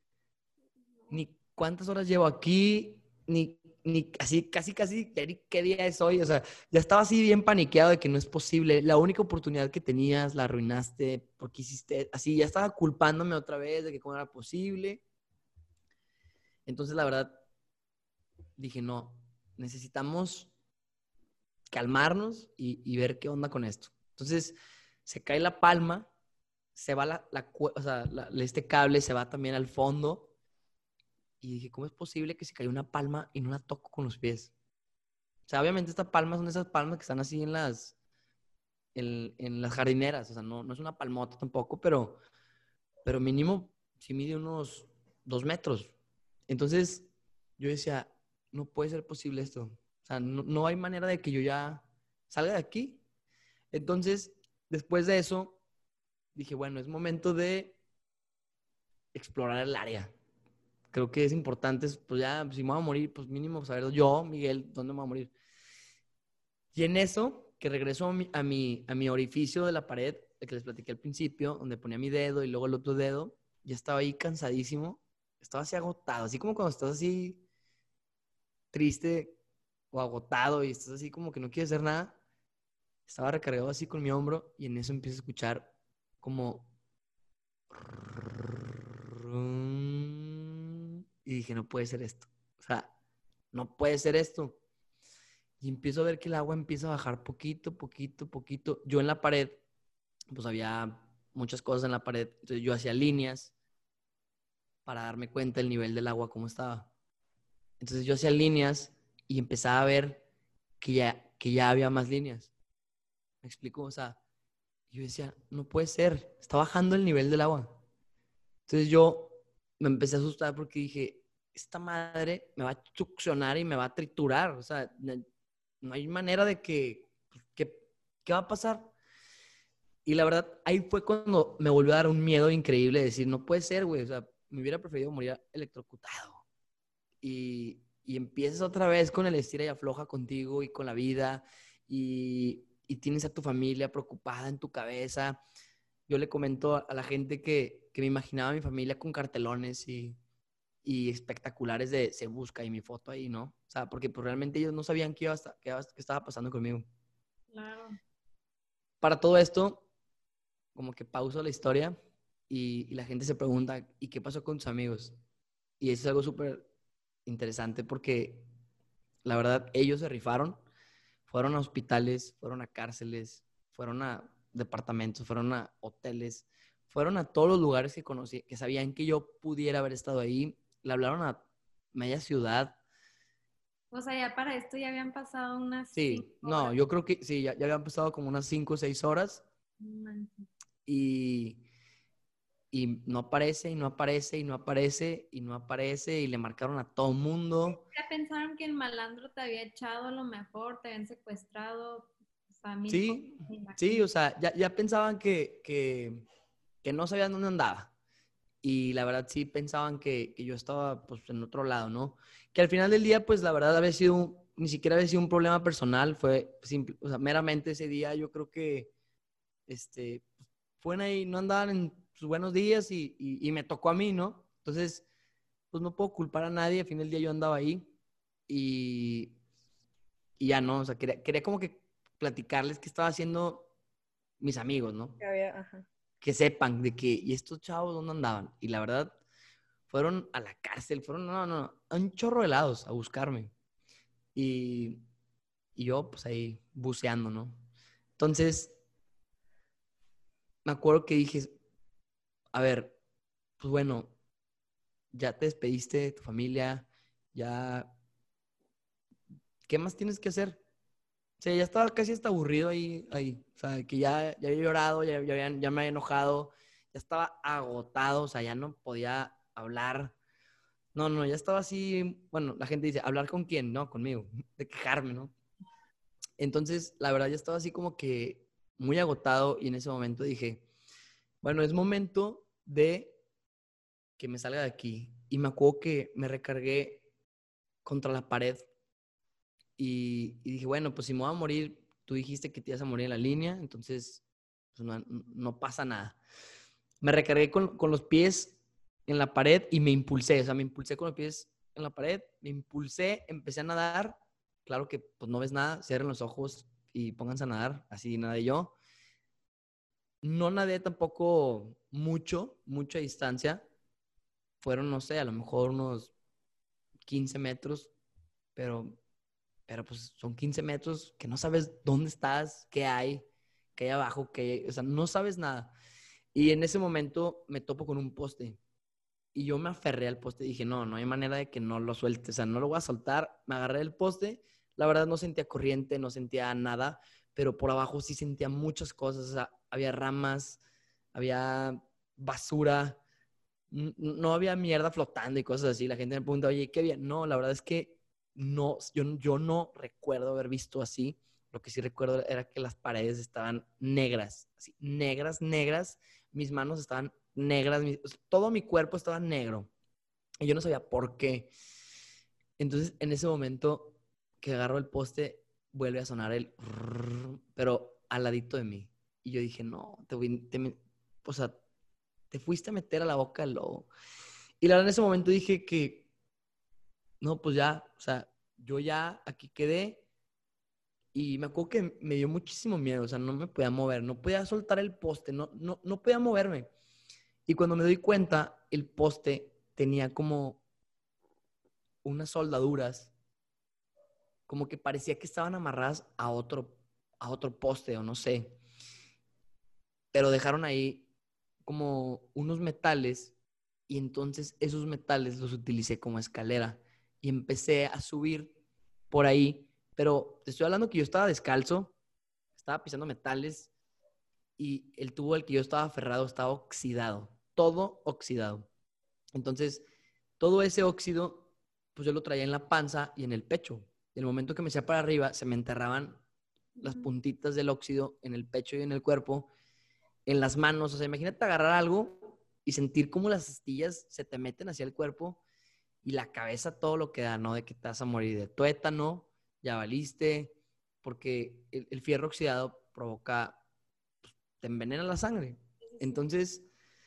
ni cuántas horas llevo aquí, ni así, casi, qué día es hoy, o sea, ya estaba así bien paniqueado de que no es posible, la única oportunidad que tenías la arruinaste porque hiciste, así, ya estaba culpándome otra vez de que cómo era posible. Entonces, la verdad, dije, no, necesitamos calmarnos y ver qué onda con esto. Entonces, se cae la palma, se va o sea, este cable se va también al fondo y dije, ¿cómo es posible que se caiga una palma y no la toco con los pies? O sea, obviamente estas palmas son esas palmas que están así en las jardineras, o sea, no es una palmota tampoco, pero mínimo sí mide unos 2 metros. Entonces, yo decía, no puede ser posible esto. O sea, no hay manera de que yo ya salga de aquí. Entonces, después de eso, dije, bueno, es momento de explorar el área. Creo que es importante, pues ya, si me voy a morir, pues mínimo saber yo, Miguel, dónde me voy a morir. Y en eso, que regreso a mi orificio de la pared, el que les platiqué al principio, donde ponía mi dedo y luego el otro dedo, ya estaba ahí cansadísimo, estaba así agotado, así como cuando estás así triste o agotado y estás así como que no quieres hacer nada. Estaba recargado así con mi hombro y en eso empiezo a escuchar como... Y dije, no puede ser esto. O sea, no puede ser esto. Y empiezo a ver que el agua empieza a bajar poquito, poquito, poquito. Yo en la pared, pues había muchas cosas en la pared. Entonces yo hacía líneas para darme cuenta del nivel del agua, cómo estaba. Entonces yo hacía líneas y empezaba a ver que ya había más líneas. ¿Me explico? O sea, yo decía, no puede ser, está bajando el nivel del agua. Entonces yo me empecé a asustar porque dije, esta madre me va a succionar y me va a triturar. O sea, no hay manera de ¿qué va a pasar? Y la verdad, ahí fue cuando me volvió a dar un miedo increíble de decir, no puede ser, güey. O sea, me hubiera preferido morir electrocutado. Y empiezas otra vez con el estira y afloja contigo y con la vida y tienes a tu familia preocupada en tu cabeza. Yo le comento a la gente que me imaginaba a mi familia con cartelones y espectaculares de Se Busca y mi foto ahí, ¿no? O sea, porque pues realmente ellos no sabían qué estaba pasando conmigo. Claro. Para todo esto, como que pauso la historia y la gente se pregunta, ¿y qué pasó con tus amigos? Y eso es algo súper interesante porque la verdad ellos se rifaron, fueron a hospitales, fueron a cárceles, fueron a departamentos, fueron a hoteles, fueron a todos los lugares que conocí, que sabían que yo pudiera haber estado ahí, le hablaron a media ciudad O sea, ya para esto ya habían pasado unas Sí, 5 no, horas. yo creo que sí, ya habían pasado como unas 5 o 6 horas No manches. y, y no aparece, y no aparece, y no aparece, y no aparece, y le marcaron a todo mundo. Ya pensaron que el malandro te había echado a lo mejor, te habían secuestrado, o sea, mil cosas, Sí, me sí, imagino. o sea, ya pensaban que no sabían dónde andaba. Y la verdad sí pensaban que yo estaba pues en otro lado, ¿no? Que al final del día, pues la verdad había sido, ni siquiera había sido un problema personal, fue simple, o sea, meramente ese día yo creo que, este, fueron ahí, no andaban en sus buenos días y me tocó a mí, ¿no? Entonces, pues no puedo culpar a nadie, al fin del día yo andaba ahí y, y ya no, o sea, quería como que platicarles qué estaba haciendo mis amigos, ¿no? Ajá. Que sepan de que, ¿y estos chavos dónde andaban? Y la verdad, fueron a la cárcel, fueron, no, a un chorro de lados a buscarme. Y, y yo, pues ahí buceando, ¿no? Entonces, me acuerdo que dije, a ver, pues bueno, ya te despediste de tu familia, ya, ¿qué más tienes que hacer? O sea, ya estaba casi hasta aburrido ahí. O sea, que ya había llorado, ya me había enojado, ya estaba agotado, o sea, ya no podía hablar. No, ya estaba así, bueno, la gente dice, ¿hablar con quién? No, conmigo, de quejarme, ¿no? Entonces, la verdad, ya estaba así como que muy agotado y en ese momento dije, bueno, es momento de que me salga de aquí. Y me acuerdo que me recargué contra la pared y dije, bueno, pues si me voy a morir, tú dijiste que te ibas a morir en la línea, entonces pues no pasa nada. Me recargué con los pies en la pared y me impulsé, o sea, me impulsé con los pies en la pared, me impulsé, empecé a nadar. Claro que pues no ves nada, cierren los ojos y pónganse a nadar, así nadé yo. No nadé tampoco mucha distancia. Fueron, no sé, a lo mejor unos 15 metros, pero, pero pues son 15 metros que no sabes dónde estás, qué hay abajo, o sea, no sabes nada. Y en ese momento me topo con un poste y yo me aferré al poste y dije, no hay manera de que no lo suelte, o sea, no lo voy a soltar. Me agarré del poste, la verdad no sentía corriente, no sentía nada, pero por abajo sí sentía muchas cosas, o sea, había ramas, había basura, no había mierda flotando y cosas así. La gente me pregunta, oye, ¿qué había? No, la verdad es que no, yo no recuerdo haber visto así. Lo que sí recuerdo era que las paredes estaban negras, así, negras. Mis manos estaban negras, todo mi cuerpo estaba negro. Y yo no sabía por qué. Entonces, en ese momento que agarro el poste, vuelve a sonar el pero al ladito de mí. Y yo dije, no, o sea, te fuiste a meter a la boca del lobo. Y la verdad, en ese momento dije que, no, pues ya, o sea, yo ya aquí quedé. Y me acuerdo que me dio muchísimo miedo, o sea, no me podía mover, no podía soltar el poste, no podía moverme. Y cuando me doy cuenta, el poste tenía como unas soldaduras, como que parecía que estaban amarradas a otro poste o no sé, pero dejaron ahí como unos metales y entonces esos metales los utilicé como escalera y empecé a subir por ahí, pero te estoy hablando que yo estaba descalzo, estaba pisando metales y el tubo al que yo estaba aferrado estaba oxidado, todo oxidado. Entonces, todo ese óxido, pues yo lo traía en la panza y en el pecho. Y en el momento que me hacía para arriba, se me enterraban las puntitas del óxido en el pecho y en el cuerpo, en las manos. O sea, imagínate agarrar algo y sentir cómo las astillas se te meten hacia el cuerpo y la cabeza todo lo que da, ¿no? De que te vas a morir de tuétano, ya valiste, porque el fierro oxidado provoca, te envenena la sangre. Entonces,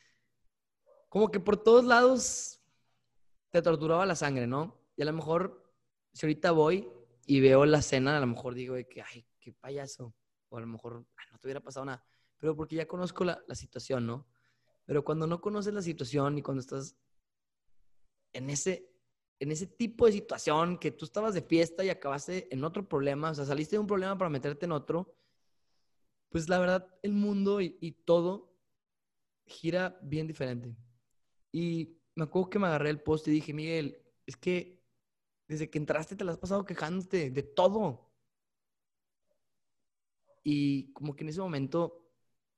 como que por todos lados te torturaba la sangre, ¿no? Y a lo mejor, si ahorita voy y veo la escena, a lo mejor digo de que, ay, qué payaso. O a lo mejor, ay, no te hubiera pasado nada. Pero porque ya conozco la situación, ¿no? Pero cuando no conoces la situación y cuando estás en ese tipo de situación que tú estabas de fiesta y acabaste en otro problema, o sea, saliste de un problema para meterte en otro, pues la verdad, el mundo y todo gira bien diferente. Y me acuerdo que me agarré el poste y dije, Miguel, es que desde que entraste te la has pasado quejándote de todo. Y como que en ese momento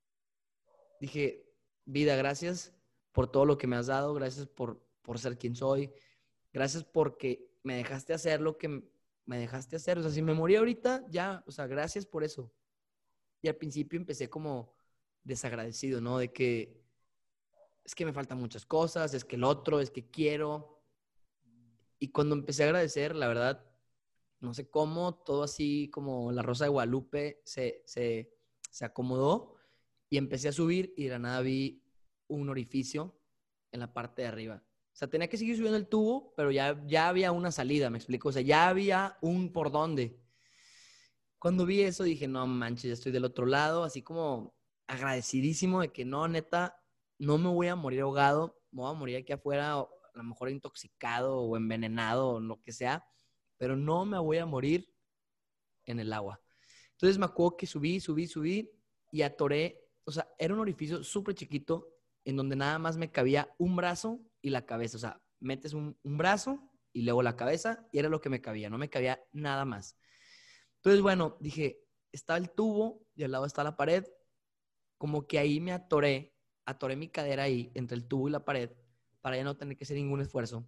dije, vida, gracias por todo lo que me has dado, gracias por ser quien soy, gracias porque me dejaste hacer lo que me dejaste hacer. O sea, si me morí ahorita, ya, o sea, gracias por eso. Y al principio empecé como desagradecido, ¿no? De que es que me faltan muchas cosas, es que el otro, es que quiero. Y cuando empecé a agradecer, la verdad, no sé cómo, todo así como la Rosa de Guadalupe se acomodó y empecé a subir y de la nada vi un orificio en la parte de arriba. O sea, tenía que seguir subiendo el tubo, pero ya había una salida, me explico. O sea, ya había un por dónde. Cuando vi eso dije, no manches, ya estoy del otro lado, así como agradecidísimo de que no, neta, no me voy a morir ahogado, me voy a morir aquí afuera, o a lo mejor intoxicado o envenenado o lo que sea, pero no me voy a morir en el agua. Entonces me acuerdo que subí y atoré, o sea, era un orificio súper chiquito en donde nada más me cabía un brazo y la cabeza. O sea, metes un brazo y luego la cabeza y era lo que me cabía, no me cabía nada más. Entonces, bueno, dije, está el tubo y al lado está la pared. Como que ahí me atoré mi cadera ahí entre el tubo y la pared para ya no tener que hacer ningún esfuerzo.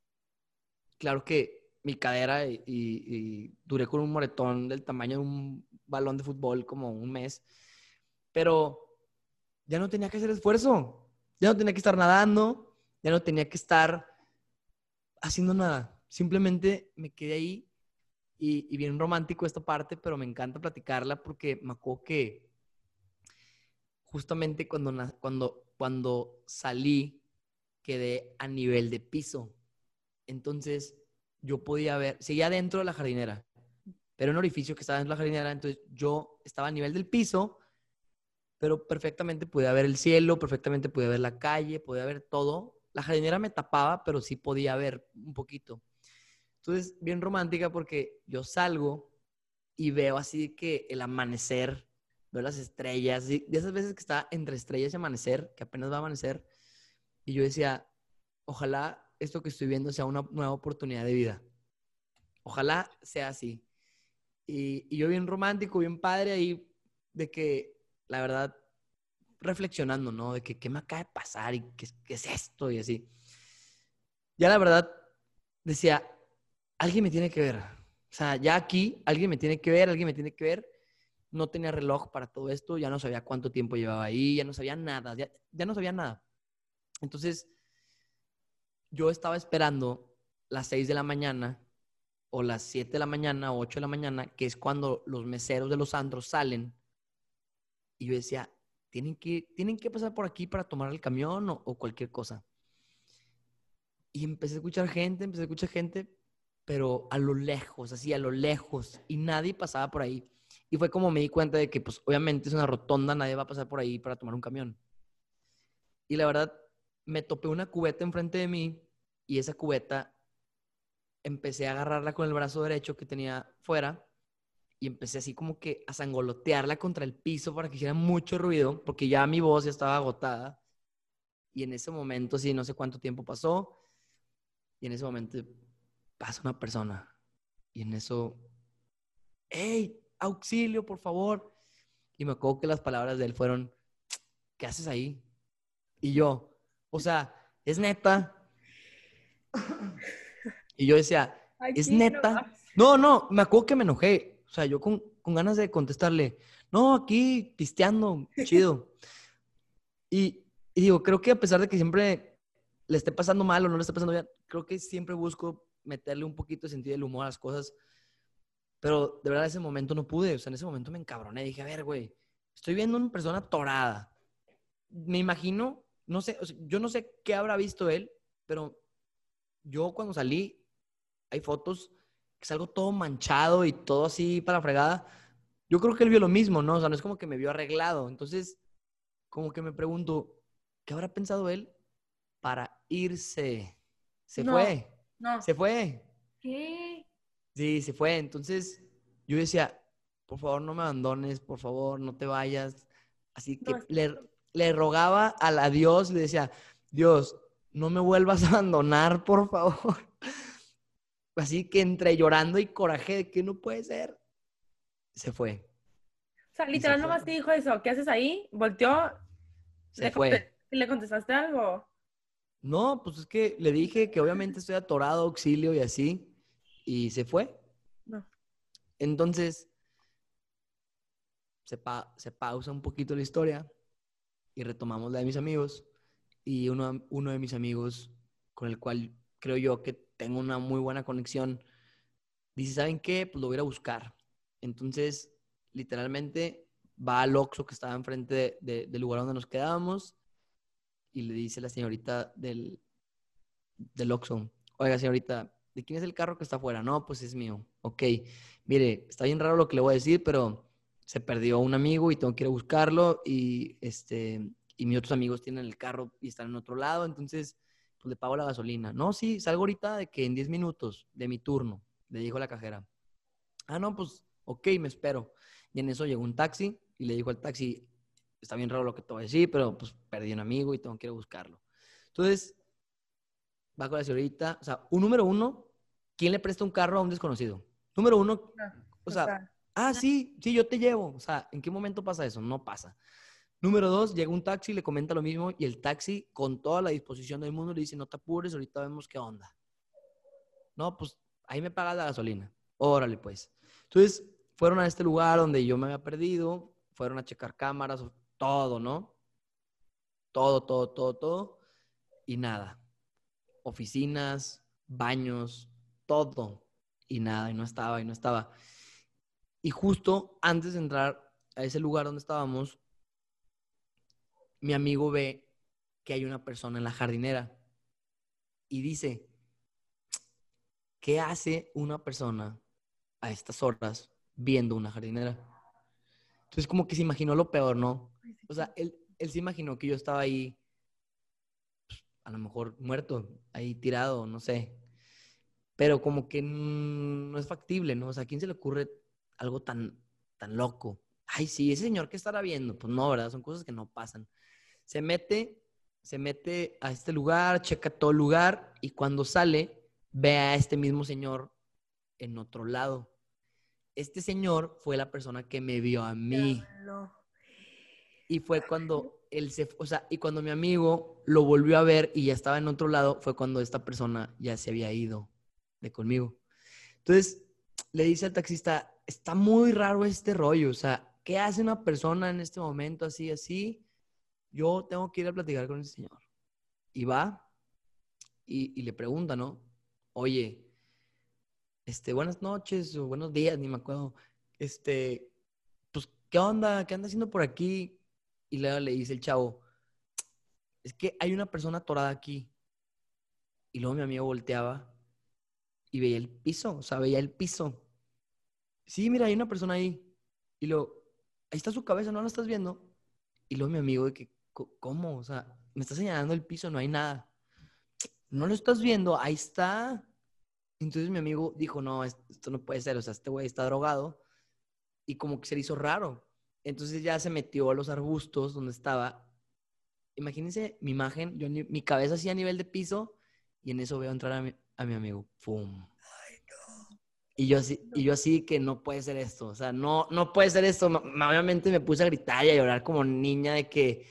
Claro que mi cadera y duré con un moretón del tamaño de un balón de fútbol como un mes, pero ya no tenía que hacer esfuerzo, ya no tenía que estar nadando, ya no tenía que estar haciendo nada. Simplemente me quedé ahí y bien romántico esta parte, pero me encanta platicarla porque me acuerdo que justamente cuando salí quedé a nivel de piso. Entonces yo podía ver, seguía dentro de la jardinera, pero un orificio que estaba dentro de la jardinera, entonces yo estaba a nivel del piso, pero perfectamente podía ver el cielo, perfectamente podía ver la calle, podía ver todo. La jardinera me tapaba, pero sí podía ver un poquito. Entonces, bien romántica porque yo salgo y veo así que el amanecer, veo las estrellas, de esas veces que está entre estrellas y amanecer, que apenas va a amanecer, y yo decía, ojalá esto que estoy viendo sea una nueva oportunidad de vida. Ojalá sea así. Y yo bien romántico, bien padre ahí, de que, la verdad, reflexionando, ¿no? De que qué me acaba de pasar y qué es esto y así. Ya la verdad, decía, alguien me tiene que ver. O sea, ya aquí alguien me tiene que ver, alguien me tiene que ver. No tenía reloj para todo esto, ya no sabía cuánto tiempo llevaba ahí, ya no sabía nada, ya no sabía nada. Entonces, yo estaba esperando las 6 de la mañana o las 7 de la mañana o 8 de la mañana, que es cuando los meseros de los antros salen. Y yo decía, tienen que pasar por aquí para tomar el camión o cualquier cosa. Y empecé a escuchar gente, pero a lo lejos, así a lo lejos. Y nadie pasaba por ahí. Y fue como me di cuenta de que, pues, obviamente es una rotonda, nadie va a pasar por ahí para tomar un camión. Y la verdad, me topé una cubeta enfrente de mí y esa cubeta empecé a agarrarla con el brazo derecho que tenía fuera y empecé así como que a zangolotearla contra el piso para que hiciera mucho ruido, porque ya mi voz ya estaba agotada. Y en ese momento, sí, no sé cuánto tiempo pasó, y en ese momento pasa una persona. Y en eso, ¡hey, auxilio, por favor! Y me acuerdo que las palabras de él fueron, ¿qué haces ahí? Y yo, o sea, ¿es neta? Y yo decía, ¿es Aquí neta? nomás. No, me acuerdo que me enojé. O sea, yo con ganas de contestarle, no, aquí pisteando, chido. Y digo, creo que a pesar de que siempre le esté pasando mal o no le esté pasando bien, creo que siempre busco meterle un poquito de sentido del humor a las cosas. Pero de verdad, en ese momento no pude. O sea, en ese momento me encabroné. Dije, a ver, güey, estoy viendo una persona torada. Me imagino, no sé, o sea, yo no sé qué habrá visto él, pero yo cuando salí, hay fotos que salgo todo manchado y todo así para la fregada. Yo creo que él vio lo mismo, ¿no? O sea, no es como que me vio arreglado. Entonces, como que me pregunto, ¿qué habrá pensado él para irse? Se No, fue, no. se fue. ¿Qué? Sí, se fue. Entonces, yo decía, por favor, no me abandones, por favor, no te vayas. Así No, que le rogaba a Dios, le decía, Dios, no me vuelvas a abandonar, por favor. así que entre llorando y coraje de que no puede ser, se fue. O sea, Y literal se fue. nomás te dijo eso. ¿Qué haces ahí? Volteó, Se fue. ¿le contestaste algo? No, pues es que le dije que obviamente estoy atorado, auxilio y así, y se fue. No. Entonces, se pausa un poquito la historia y retomamos la de mis amigos. Y uno de mis amigos, con el cual creo yo que tengo una muy buena conexión, dice, ¿saben qué? Pues lo voy a ir a buscar. Entonces, literalmente, va al Oxxo que estaba enfrente del lugar donde nos quedábamos y le dice a la señorita del Oxxo, oiga, señorita, ¿de quién es el carro que está afuera? No, pues es mío. Ok, mire, está bien raro lo que le voy a decir, pero se perdió un amigo y tengo que ir a buscarlo y mis otros amigos tienen el carro y están en otro lado, entonces pues le pago la gasolina. No, sí, salgo ahorita de que en 10 minutos de mi turno, le dijo la cajera. Ah, no, pues ok, me espero. Y en eso llegó un taxi y le dijo al taxi, está bien raro lo que te voy a decir, pero pues perdí un amigo y tengo que ir a buscarlo. Entonces, va con la señorita, o sea, un número uno, ¿quién le presta un carro a un desconocido? Número uno, No. o O sea, sea, sí, yo te llevo. O sea, ¿en qué momento pasa eso? No pasa. Número dos, llega un taxi, le comenta lo mismo y el taxi, con toda la disposición del mundo, le dice, no te apures, ahorita vemos qué onda. No, pues ahí me pagas la gasolina. Órale, pues. Entonces, fueron a este lugar donde yo me había perdido, fueron a checar cámaras, todo, ¿no? Todo. Y nada. Oficinas, baños, todo. Y nada, y no estaba. Y justo antes de entrar a ese lugar donde estábamos, mi amigo ve que hay una persona en la jardinera y dice, ¿qué hace una persona a estas horas viendo una jardinera? Entonces como que se imaginó lo peor, ¿no? O sea, él se imaginó que yo estaba ahí, a lo mejor muerto, ahí tirado, no sé. Pero como que no es factible, ¿no? O sea, ¿a quién se le ocurre algo tan loco? Ay, sí, ese señor, ¿qué estará viendo? Pues no, ¿verdad? Son cosas que no pasan. Se mete a este lugar, checa todo el lugar y cuando sale, ve a este mismo señor en otro lado. Este señor fue la persona que me vio a mí. diablo. Y fue cuando o sea, y cuando mi amigo lo volvió a ver y ya estaba en otro lado, fue cuando esta persona ya se había ido de conmigo. Entonces, le dice al taxista, está muy raro este rollo, o sea, ¿qué hace una persona en este momento así? Yo tengo que ir a platicar con el señor. Y va y le pregunta, ¿no? Oye, buenas noches o buenos días, ni me acuerdo. Pues, ¿qué onda? ¿Qué anda haciendo por aquí? Y luego le dice el chavo, es que hay una persona atorada aquí. Y luego mi amigo volteaba y veía el piso, o sea, veía el piso. Sí, mira, hay una persona ahí. Y luego, ahí está su cabeza, ¿no la estás viendo? Y luego mi amigo de que, ¿cómo? O sea, me está señalando el piso, no hay nada. ¿No lo estás viendo? Ahí está. Entonces mi amigo dijo, no, esto no puede ser, o sea, este güey está drogado. Y como que se le hizo raro. Entonces ya se metió a los arbustos donde estaba. Imagínense mi imagen, mi cabeza así a nivel de piso, y en eso veo entrar a mi amigo. ¡Pum! Y yo así que no puede ser esto, o sea, no puede ser esto. Obviamente me puse a gritar y a llorar como niña de que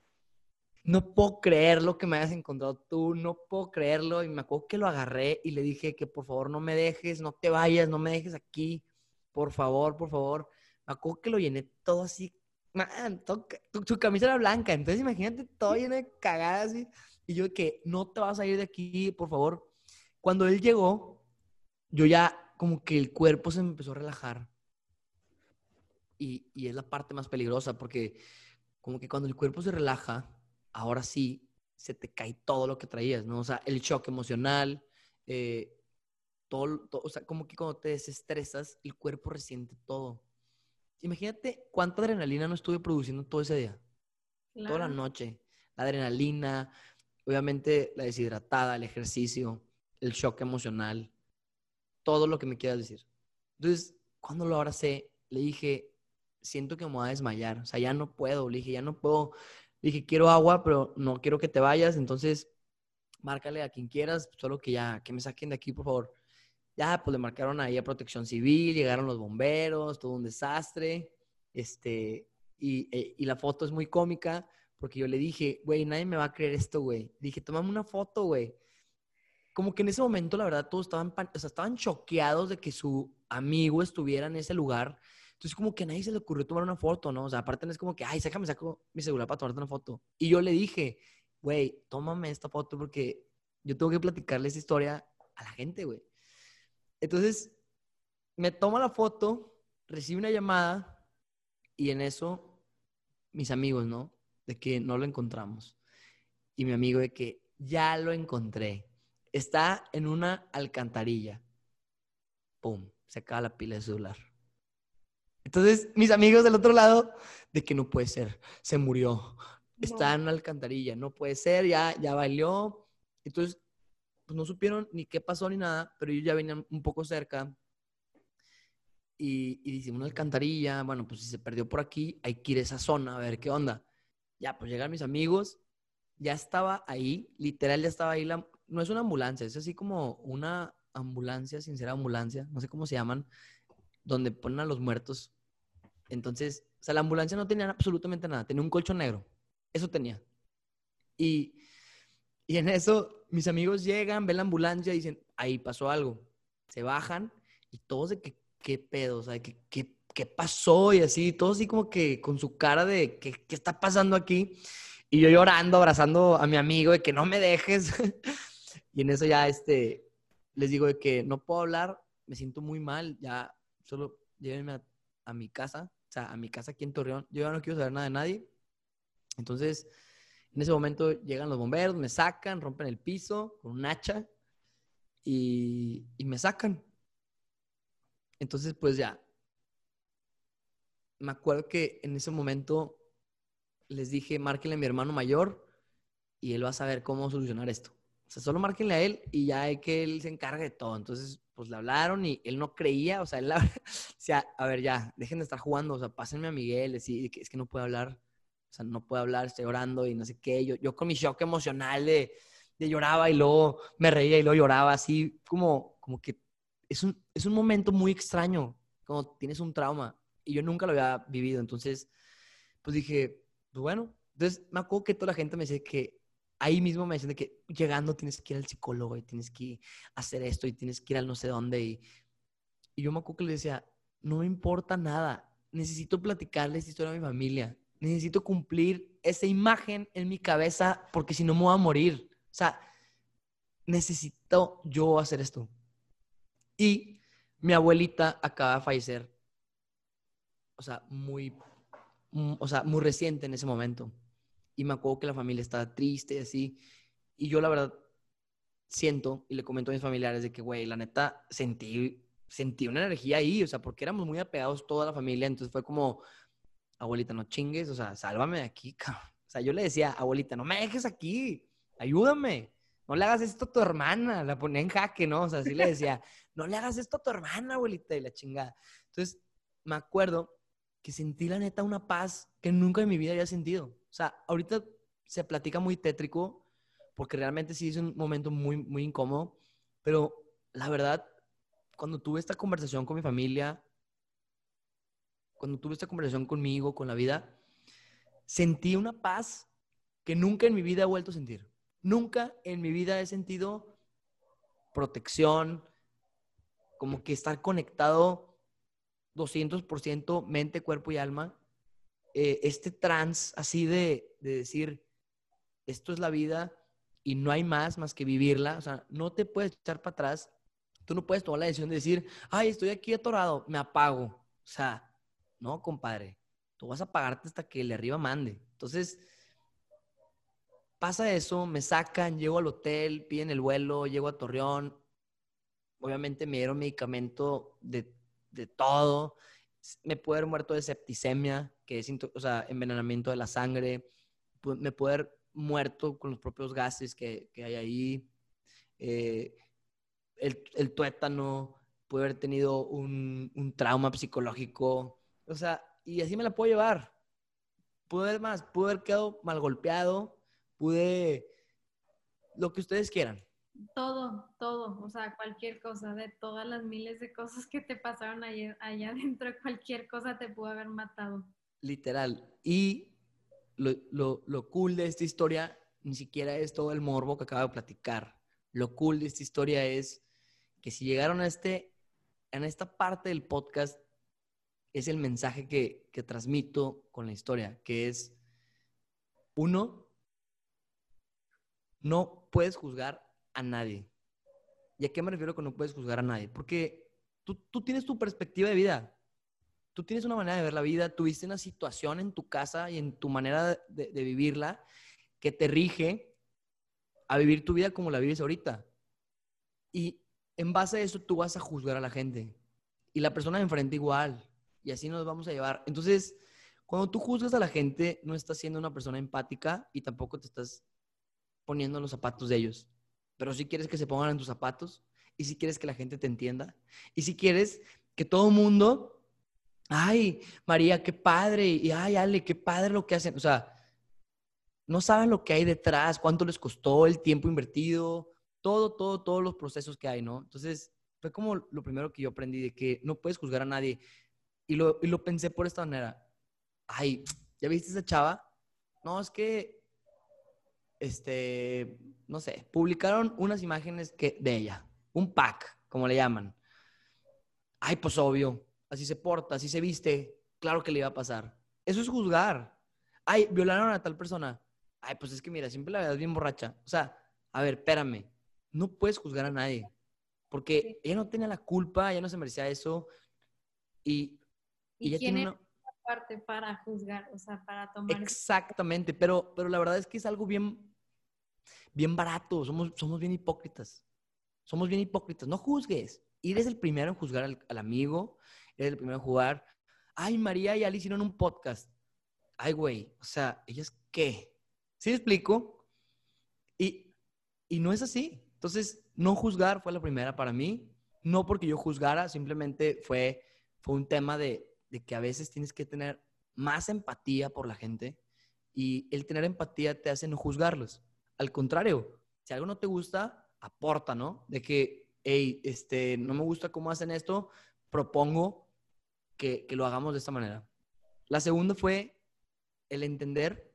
no puedo creer lo que me hayas encontrado tú, no puedo creerlo. Y me acuerdo que lo agarré y le dije que por favor no me dejes, no te vayas, no me dejes aquí, por favor, por favor. Me acuerdo que lo llené todo así, man, su camisa era blanca, entonces imagínate todo lleno de cagadas así. Y yo que no te vas a ir de aquí, por favor. Cuando él llegó, yo ya como que el cuerpo se me empezó a relajar. Y es la parte más peligrosa porque como que cuando el cuerpo se relaja, ahora sí se te cae todo lo que traías, ¿no? O sea, el shock emocional, o sea, como que cuando te desestresas, el cuerpo resiente todo. Imagínate cuánta adrenalina no estuve produciendo todo ese día, toda la Claro. noche. La adrenalina, obviamente la deshidratada, el ejercicio, el shock emocional, todo lo que me quieras decir. Entonces, cuando lo abracé, le dije, siento que me voy a desmayar, o sea, ya no puedo, le dije, ya no puedo, le dije, quiero agua, pero no quiero que te vayas, entonces, márcale a quien quieras, solo que me saquen de aquí, por favor. Ya, pues le marcaron ahí a Protección Civil, llegaron los bomberos, todo un desastre. Y la foto es muy cómica porque yo le dije, güey, nadie me va a creer esto, güey. Dije, tómame una foto, güey. Como que en ese momento, la verdad, todos estaban choqueados de que su amigo estuviera en ese lugar. Entonces, como que a nadie se le ocurrió tomar una foto, ¿no? O sea, aparte no es como que, ay, saco mi celular para tomarte una foto. Y yo le dije, güey, tómame esta foto porque yo tengo que platicarle esta historia a la gente, güey. Entonces, me toma la foto, recibe una llamada y en eso, mis amigos, ¿no? De que no lo encontramos. Y mi amigo de que ya lo encontré. Está en una alcantarilla. Pum, se acaba la pila de celular. Entonces, mis amigos del otro lado, de que no puede ser, se murió. Está en una alcantarilla, no puede ser, ya valió. Entonces, pues no supieron ni qué pasó ni nada, pero ellos ya venían un poco cerca. Y dice, una alcantarilla, bueno, pues si se perdió por aquí, hay que ir a esa zona a ver qué onda. Ya, pues llegan mis amigos, ya estaba ahí, literal ya estaba ahí, no es una ambulancia, es así como una ambulancia, sin ser ambulancia, no sé cómo se llaman, donde ponen a los muertos. Entonces, o sea, la ambulancia no tenía absolutamente nada, tenía un colchón negro, eso tenía. Y, y en eso, mis amigos llegan, ven la ambulancia y dicen, ahí pasó algo. Se bajan y todos de que, ¿qué pedo? O sea, ¿qué pasó? Y así, todos así como que con su cara de, ¿qué está pasando aquí? Y yo llorando, abrazando a mi amigo de que no me dejes. Y en eso ya les digo de que no puedo hablar, me siento muy mal, ya solo llévenme a mi casa, o sea, a mi casa aquí en Torreón. Yo ya no quiero saber nada de nadie. Entonces, en ese momento llegan los bomberos, me sacan, rompen el piso con un hacha y me sacan. Entonces, pues ya, me acuerdo que en ese momento les dije, márquenle a mi hermano mayor y él va a saber cómo solucionar esto. O sea, solo márquenle a él y ya hay que él se encargue de todo. Entonces, pues le hablaron y él no creía, o sea, decía, a ver, ya, dejen de estar jugando, o sea, pásenme a Miguel, decir que es que no puede hablar, o sea, no puede hablar, estoy llorando y no sé qué. Yo con mi shock emocional de lloraba y luego me reía y luego lloraba, así como que es un momento muy extraño, como tienes un trauma y yo nunca lo había vivido. Entonces, pues dije, pues bueno, entonces me acuerdo que toda la gente me decía que ahí mismo me decían de que llegando tienes que ir al psicólogo y tienes que hacer esto y tienes que ir al no sé dónde. Y yo me acuerdo que le decía, no me importa nada, necesito platicarle esta historia a mi familia, necesito cumplir esa imagen en mi cabeza porque si no me voy a morir. O sea, necesito yo hacer esto. Y mi abuelita acaba de fallecer, o sea, muy reciente en ese momento. Y me acuerdo que la familia estaba triste y así. Y yo la verdad siento y le comento a mis familiares de que, güey, la neta sentí una energía ahí, o sea, porque éramos muy apegados toda la familia. Entonces fue como, abuelita, no chingues, o sea, sálvame de aquí, cabrón. O sea, yo le decía, abuelita, no me dejes aquí, ayúdame. No le hagas esto a tu hermana. La ponía en jaque, ¿no? O sea, así le decía, no le hagas esto a tu hermana, abuelita, y la chingada. Entonces, me acuerdo que sentí la neta una paz que nunca en mi vida había sentido. O sea, ahorita se platica muy tétrico porque realmente sí es un momento muy, muy incómodo, pero la verdad, cuando tuve esta conversación con mi familia, cuando tuve esta conversación conmigo, con la vida, sentí una paz que nunca en mi vida he vuelto a sentir. Nunca en mi vida he sentido protección, como que estar conectado 200% mente, cuerpo y alma. Este trance así de decir, esto es la vida y no hay más que vivirla. O sea, no te puedes echar para atrás. Tú no puedes tomar la decisión de decir, ay, estoy aquí atorado, me apago. O sea, no, compadre. Tú vas a apagarte hasta que el de arriba mande. Entonces, pasa eso, me sacan, llego al hotel, piden el vuelo, llego a Torreón. Obviamente me dieron medicamento de todo. Me puede haber muerto de septicemia, que es, o sea, envenenamiento de la sangre. Me puede haber muerto con los propios gases que hay ahí. Eh, el tuétano, puede haber tenido un trauma psicológico. O sea, y así me la puedo llevar. Pude haber quedado mal golpeado, lo que ustedes quieran. todo, o sea, cualquier cosa, de todas las miles de cosas que te pasaron allá adentro, cualquier cosa te pudo haber matado. Literal. Y lo cool de esta historia ni siquiera es todo el morbo que acabo de platicar. Lo cool de esta historia es que si llegaron a en esta parte del podcast, es el mensaje que transmito con la historia, que es, uno, no puedes juzgar a nadie. ¿Y a qué me refiero con no puedes juzgar a nadie? Porque tú tienes tu perspectiva de vida. Tú tienes una manera de ver la vida, tuviste una situación en tu casa y en tu manera de vivirla que te rige a vivir tu vida como la vives ahorita. Y en base a eso tú vas a juzgar a la gente. Y la persona de enfrente igual. Y así nos vamos a llevar. Entonces, cuando tú juzgas a la gente, no estás siendo una persona empática y tampoco te estás poniendo en los zapatos de ellos. Pero si quieres que se pongan en tus zapatos y si quieres que la gente te entienda y si quieres que todo el mundo, ay, María, qué padre, y ay, Ale, qué padre lo que hacen. O sea, no saben lo que hay detrás, cuánto les costó, el tiempo invertido, todos los procesos que hay, ¿no? Entonces, fue como lo primero que yo aprendí, de que no puedes juzgar a nadie. Y lo pensé por esta manera. Ay, ¿ya viste esa chava? No, es que, no sé, publicaron unas imágenes de ella, un pack, como le llaman. Ay, pues obvio, así se porta, así se viste, claro que le iba a pasar. Eso es juzgar. Ay, violaron a tal persona. Ay, pues es que mira, siempre la verdad es bien borracha. O sea, a ver, espérame, no puedes juzgar a nadie, Sí. porque ella no tenía la culpa, ella no se merecía eso, y ¿Y ella quién tiene es una... esa parte para juzgar? O sea, para tomar... Exactamente, pero la verdad es que es algo bien barato, somos bien hipócritas. Somos bien hipócritas. No juzgues. Y eres el primero en juzgar al amigo. Eres el primero en jugar. Ay, María y Ali hicieron un podcast. Ay, güey. O sea, ¿ellas qué? ¿Sí me explico? Y, y no es así. Entonces, no juzgar fue la primera para mí. No porque yo juzgara, simplemente fue un tema de que a veces tienes que tener más empatía por la gente. Y el tener empatía te hace no juzgarlos. Al contrario, si algo no te gusta, aporta, ¿no? De que, hey, no me gusta cómo hacen esto, propongo que lo hagamos de esta manera. La segunda fue el entender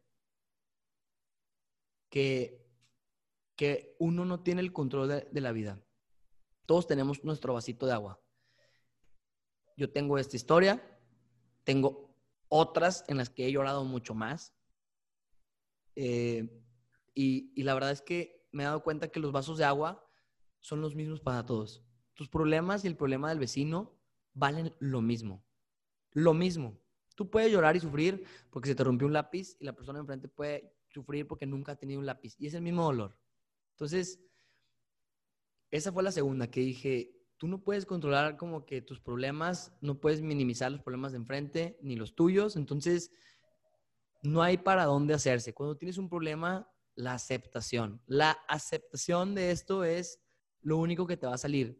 que, que uno no tiene el control de la vida. Todos tenemos nuestro vasito de agua. Yo tengo esta historia, tengo otras en las que he llorado mucho más. Eh, y la verdad es que me he dado cuenta que los vasos de agua son los mismos para todos. Tus problemas y el problema del vecino valen lo mismo. Lo mismo. Tú puedes llorar y sufrir porque se te rompió un lápiz y la persona enfrente puede sufrir porque nunca ha tenido un lápiz. Y es el mismo dolor. Entonces, esa fue la segunda que dije, tú no puedes controlar como que tus problemas, no puedes minimizar los problemas de enfrente ni los tuyos. Entonces, no hay para dónde hacerse. Cuando tienes un problema, la aceptación. La aceptación de esto es lo único que te va a salir.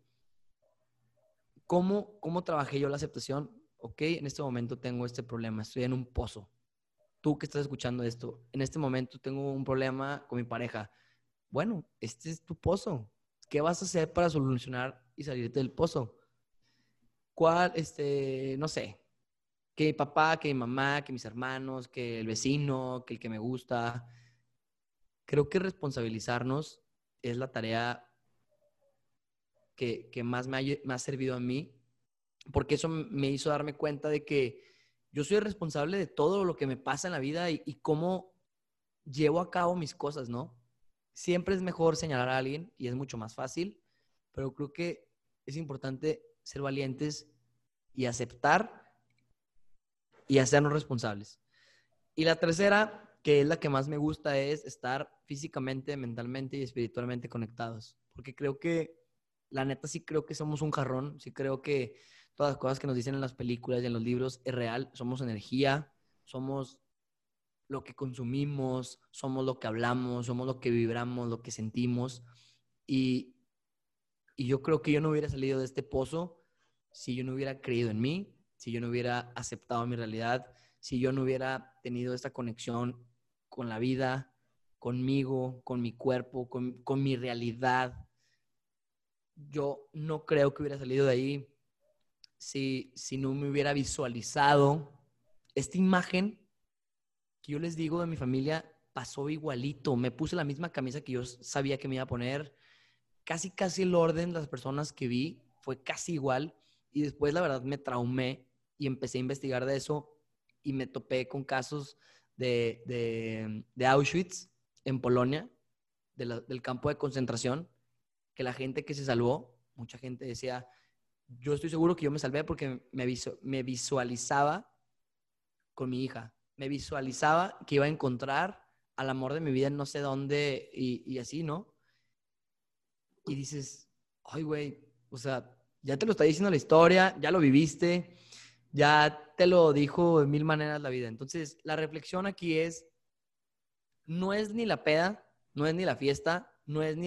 ¿Cómo trabajé yo la aceptación? Ok, en este momento tengo este problema, estoy en un pozo. Tú que estás escuchando esto, en este momento tengo un problema con mi pareja. Bueno, este es tu pozo. ¿Qué vas a hacer para solucionar y salirte del pozo? ¿Cuál, no sé, que mi papá, que mi mamá, que mis hermanos, que el vecino, que el que me gusta? Creo que responsabilizarnos es la tarea que más me ha servido a mí, porque eso me hizo darme cuenta de que yo soy responsable de todo lo que me pasa en la vida y cómo llevo a cabo mis cosas, ¿no? Siempre es mejor señalar a alguien y es mucho más fácil, pero creo que es importante ser valientes y aceptar y hacernos responsables. Y la tercera, que es la que más me gusta, es estar físicamente, mentalmente y espiritualmente conectados. Porque creo que, la neta, sí creo que somos un jarrón, sí creo que todas las cosas que nos dicen en las películas y en los libros es real. Somos energía, somos lo que consumimos, somos lo que hablamos, somos lo que vibramos, lo que sentimos. Y, y yo creo que yo no hubiera salido de este pozo si yo no hubiera creído en mí, si yo no hubiera aceptado mi realidad, si yo no hubiera tenido esta conexión con la vida, conmigo, con mi cuerpo, con mi realidad. yo no creo que hubiera salido de ahí si no me hubiera visualizado esta imagen que yo les digo de mi familia. Pasó igualito, me puse la misma camisa que yo sabía que me iba a poner, casi el orden de las personas que vi fue casi igual, y después la verdad me traumé y empecé a investigar de eso y me topé con casos de Auschwitz en Polonia, del campo de concentración, que la gente que se salvó, mucha gente decía, yo estoy seguro que yo me salvé porque me visualizaba con mi hija, me visualizaba que iba a encontrar al amor de mi vida en no sé dónde y así, ¿no? Y dices, ay, güey, o sea, ya te lo está diciendo la historia, ya lo viviste, ya te lo dijo de mil maneras la vida. Entonces, la reflexión aquí es, no es ni la peda, no es ni la fiesta, no es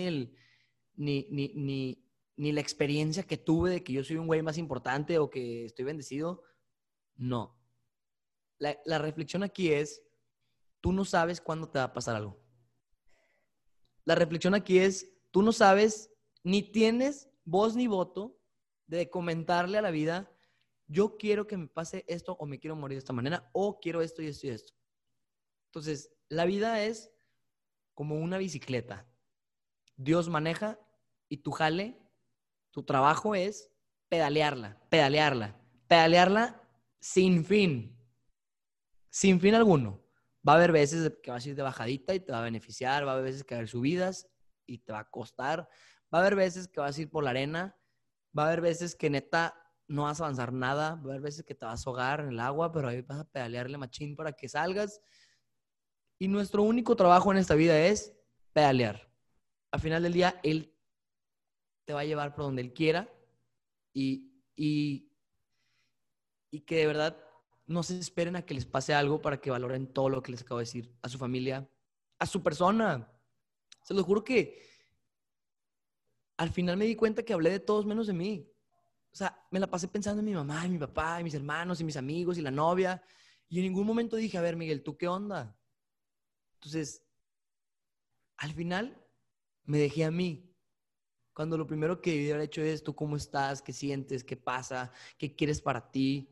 ni la experiencia que tuve de que yo soy un güey más importante o que estoy bendecido. No. La reflexión aquí es, tú no sabes cuándo te va a pasar algo. La reflexión aquí es, tú no sabes, ni tienes voz ni voto de comentarle a la vida, yo quiero que me pase esto o me quiero morir de esta manera o quiero esto y esto y esto. Entonces, la vida es como una bicicleta. Dios maneja y tu jale, tu trabajo es pedalearla, pedalearla, pedalearla sin fin alguno. Va a haber veces que vas a ir de bajadita y te va a beneficiar, va a haber veces que va a haber subidas y te va a costar, va a haber veces que vas a ir por la arena, va a haber veces que neta no vas a avanzar nada, va a haber veces que te vas a ahogar en el agua, pero ahí vas a pedalearle machín para que salgas. Y nuestro único trabajo en esta vida es pedalear. Al final del día, Él te va a llevar por donde Él quiera y que de verdad no se esperen a que les pase algo para que valoren todo lo que les acabo de decir, a su familia, a su persona. Se los juro que al final me di cuenta que hablé de todos menos de mí. O sea, me la pasé pensando en mi mamá, y mi papá, y mis hermanos, y mis amigos, y la novia. Y en ningún momento dije, a ver, Miguel, ¿tú qué onda? Entonces, al final, me dejé a mí. Cuando lo primero que debí haber hecho es, ¿tú cómo estás? ¿Qué sientes? ¿Qué pasa? ¿Qué quieres para ti?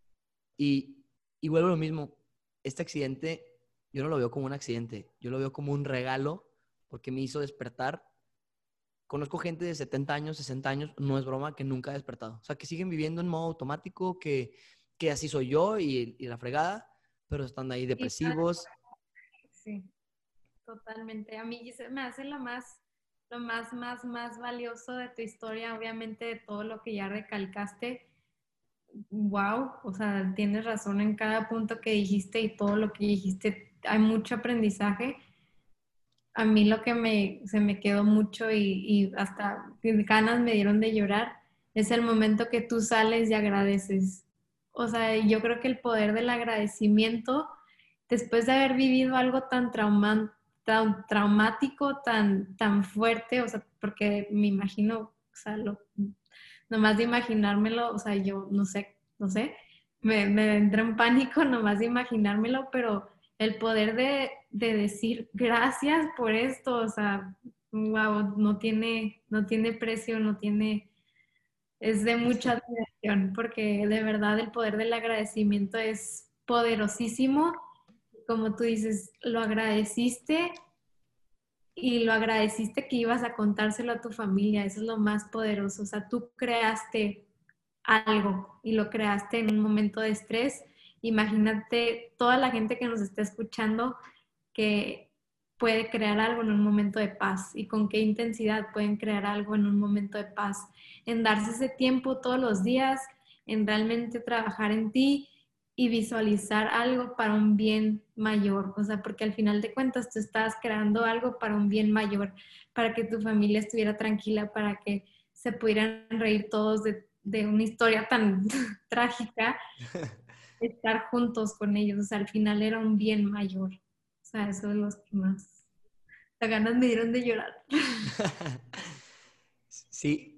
Y vuelvo a lo mismo. Este accidente, yo no lo veo como un accidente. Yo lo veo como un regalo porque me hizo despertar. Conozco gente de 70 años, 60 años, no es broma, que nunca ha despertado. O sea, que siguen viviendo en modo automático, que así soy yo y la fregada, pero están ahí depresivos. Sí, totalmente. A mí se me hace más valioso de tu historia, obviamente de todo lo que ya recalcaste. Wow, o sea, tienes razón en cada punto que dijiste y todo lo que dijiste. Hay mucho aprendizaje. A mí lo que se me quedó mucho y hasta ganas me dieron de llorar es el momento que tú sales y agradeces. O sea, yo creo que el poder del agradecimiento, después de haber vivido algo tan traumático, tan fuerte, o sea, porque me imagino, o sea, nomás de imaginármelo, o sea, yo no sé, me entra en pánico nomás de imaginármelo, pero el poder de decir gracias por esto, o sea, wow, no tiene precio, es de mucha admiración, porque de verdad el poder del agradecimiento es poderosísimo. Como tú dices, lo agradeciste y lo agradeciste que ibas a contárselo a tu familia, eso es lo más poderoso, o sea, tú creaste algo y lo creaste en un momento de estrés. Imagínate toda la gente que nos está escuchando que puede crear algo en un momento de paz y con qué intensidad pueden crear algo en un momento de paz, en darse ese tiempo todos los días, en realmente trabajar en ti y visualizar algo para un bien mayor, o sea, porque al final de cuentas tú estabas creando algo para un bien mayor, para que tu familia estuviera tranquila, para que se pudieran reír todos de una historia tan trágica, estar juntos con ellos, o sea, al final era un bien mayor. O sea, eso es lo que más. Las ganas me dieron de llorar. Sí.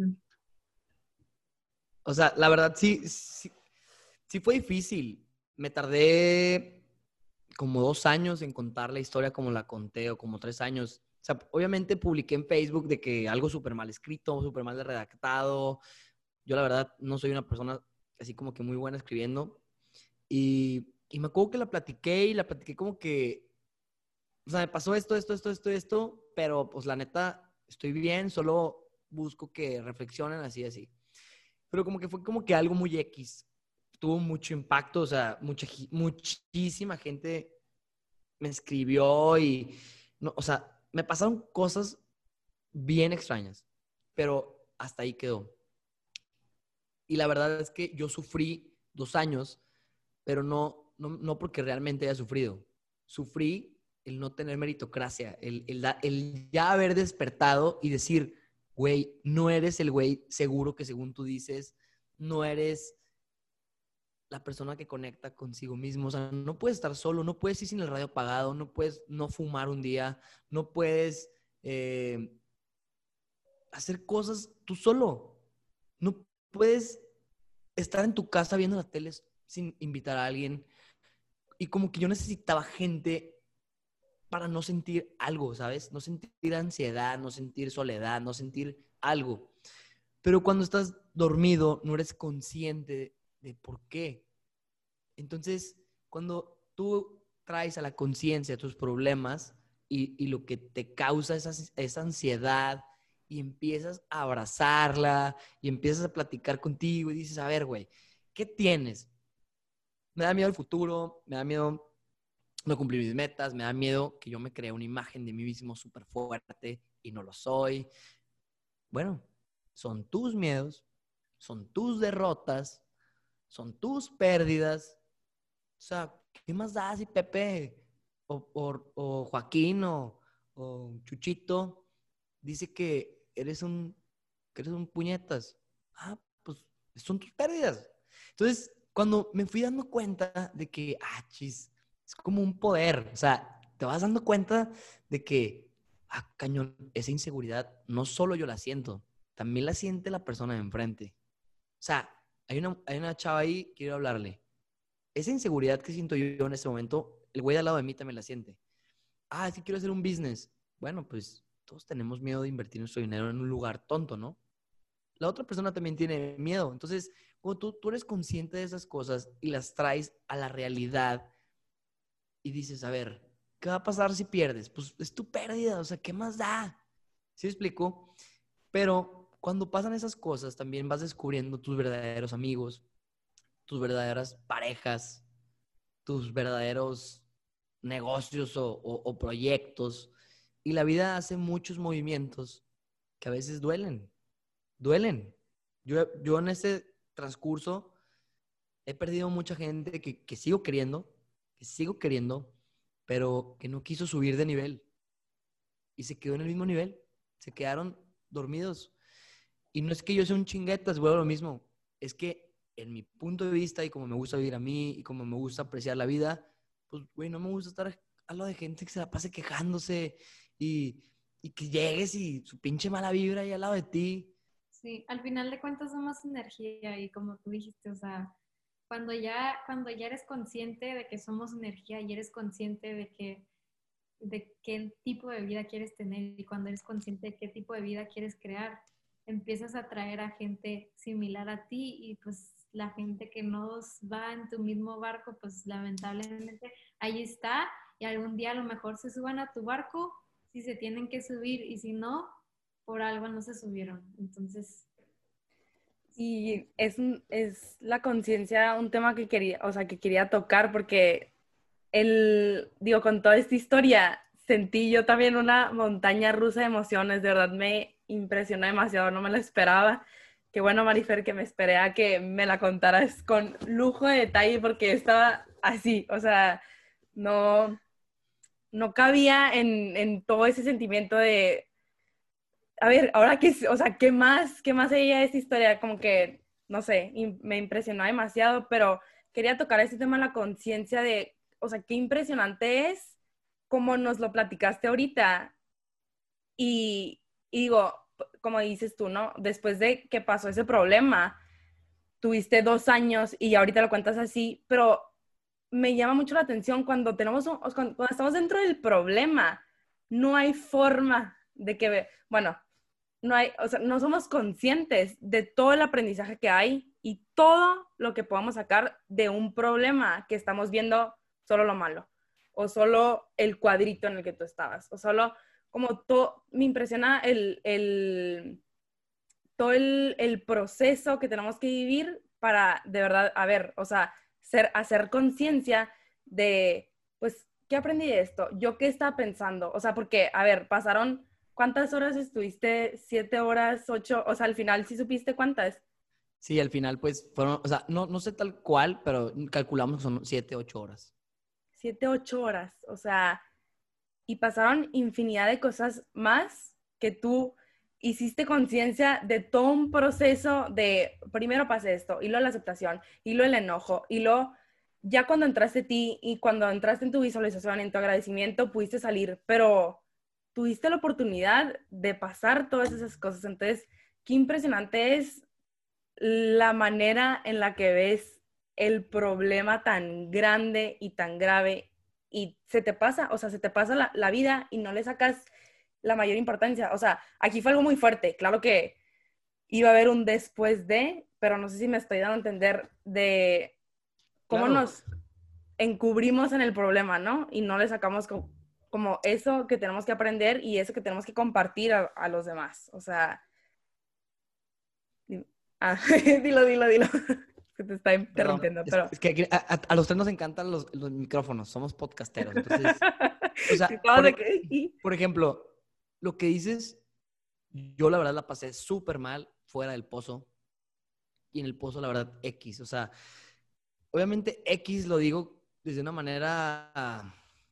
O sea, la verdad, sí fue difícil. Me tardé como 2 años en contar la historia como la conté, o como 3 años. sea, obviamente publiqué en Facebook de que algo súper mal escrito, súper mal redactado. Yo la verdad no soy una persona así como que muy buena escribiendo. Y me acuerdo que la platiqué como que, o sea, me pasó esto, pero pues la neta estoy bien, solo busco que reflexionen así. Pero como que fue como que algo muy X. Tuvo mucho impacto, o sea, muchísima gente me escribió y, no, o sea, me pasaron cosas bien extrañas, pero hasta ahí quedó. Y la verdad es que yo sufrí 2 años, pero no porque realmente haya sufrido. Sufrí el no tener meritocracia, el ya haber despertado y decir, güey, no eres el güey seguro que según tú dices, no eres la persona que conecta consigo mismo. O sea, no puedes estar solo, no puedes ir sin el radio apagado, no puedes no fumar un día, no puedes hacer cosas tú solo. No puedes estar en tu casa viendo la tele sin invitar a alguien. Y como que yo necesitaba gente para no sentir algo, ¿sabes? No sentir ansiedad, no sentir soledad, no sentir algo. Pero cuando estás dormido, no eres consciente de por qué. Entonces, cuando tú traes a la conciencia tus problemas y lo que te causa esa ansiedad y empiezas a abrazarla y empiezas a platicar contigo y dices, a ver, güey, ¿qué tienes? Me da miedo el futuro, me da miedo no cumplir mis metas, me da miedo que yo me cree una imagen de mí mismo súper fuerte y no lo soy. Bueno, son tus miedos, son tus derrotas, son tus pérdidas. O sea, ¿qué más da si Pepe o Joaquín o Chuchito dice que eres un puñetas? Ah, pues son tus pérdidas. Entonces, cuando me fui dando cuenta de que, chis, es como un poder. O sea, te vas dando cuenta de que, cañón, esa inseguridad no solo yo la siento, también la siente la persona de enfrente. O sea, hay una chava ahí, quiero hablarle. Esa inseguridad que siento yo en este momento, el güey de al lado de mí también la siente. Es que quiero hacer un business. Bueno, pues todos tenemos miedo de invertir nuestro dinero en un lugar tonto, ¿no? La otra persona también tiene miedo. Entonces, cuando tú eres consciente de esas cosas y las traes a la realidad y dices, a ver, ¿qué va a pasar si pierdes? Pues es tu pérdida, o sea, ¿qué más da? ¿Sí me explico? Pero cuando pasan esas cosas, también vas descubriendo tus verdaderos amigos, tus verdaderas parejas, tus verdaderos negocios o proyectos. Y la vida hace muchos movimientos que a veces duelen. Yo en ese transcurso he perdido mucha gente que sigo queriendo, pero que no quiso subir de nivel y se quedó en el mismo nivel. Se quedaron dormidos. Y no es que yo sea un chinguetas, vuelvo a lo mismo. Es que en mi punto de vista y como me gusta vivir a mí y como me gusta apreciar la vida, pues, güey, no me gusta estar al lado de gente que se la pase quejándose y que llegues y su pinche mala vibra ahí al lado de ti. Sí, al final de cuentas somos energía y como tú dijiste, o sea, cuando ya eres consciente de que somos energía y eres consciente de qué tipo de vida quieres tener y cuando eres consciente de qué tipo de vida quieres crear, empiezas a atraer a gente similar a ti y pues la gente que no va en tu mismo barco, pues lamentablemente ahí está y algún día a lo mejor se suban a tu barco si se tienen que subir y si no, por algo no se subieron. Entonces... Y es la conciencia un tema que quería tocar porque digo, con toda esta historia sentí yo también una montaña rusa de emociones, de verdad me impresionó demasiado, no me lo esperaba. Qué bueno, Marifer, que me esperé a que me la contaras con lujo de detalle porque estaba así, o sea, no cabía en todo ese sentimiento de, a ver, ahora qué, o sea, qué más ella de esta historia, como que, no sé, me impresionó demasiado, pero quería tocar este tema de la conciencia de, o sea, qué impresionante es como nos lo platicaste ahorita. Y digo, como dices tú, ¿no? Después de que pasó ese problema, tuviste 2 años y ahorita lo cuentas así, pero me llama mucho la atención cuando cuando estamos dentro del problema, no hay forma de que, bueno, no hay, o sea, no somos conscientes de todo el aprendizaje que hay y todo lo que podamos sacar de un problema que estamos viendo solo lo malo o solo el cuadrito en el que tú estabas o solo como todo, me impresiona todo el proceso que tenemos que vivir para de verdad, a ver, o sea, hacer conciencia de, pues, ¿qué aprendí de esto? ¿Yo qué estaba pensando? O sea, porque, a ver, pasaron, ¿cuántas horas estuviste? ¿7 horas? ¿8? O sea, al final, ¿sí supiste cuántas? Sí, al final pues fueron, o sea, no sé tal cual, pero calculamos que son 7, 8 horas. 7, 8 horas. O sea, y pasaron infinidad de cosas más que tú hiciste conciencia de todo un proceso de primero pasé esto, y luego la aceptación, y luego el enojo, y luego ya cuando entraste a ti y cuando entraste en tu visualización, en tu agradecimiento, pudiste salir, pero tuviste la oportunidad de pasar todas esas cosas. Entonces, qué impresionante es la manera en la que ves el problema tan grande y tan grave y se te pasa, o sea, se te pasa la vida y no le sacas la mayor importancia. O sea, aquí fue algo muy fuerte. Claro que iba a haber un después de, pero no sé si me estoy dando a entender de cómo Claro, nos encubrimos en el problema, ¿no? Y no le sacamos como eso que tenemos que aprender y eso que tenemos que compartir a los demás. O sea, ah, dilo. Que te está perdón, interrumpiendo, pero... es que a los tres nos encantan los micrófonos, somos podcasteros, entonces, o Si sea, estabas de que... por ejemplo, lo que dices, yo la verdad la pasé súper mal fuera del pozo y en el pozo la verdad X, o sea, obviamente X lo digo desde una manera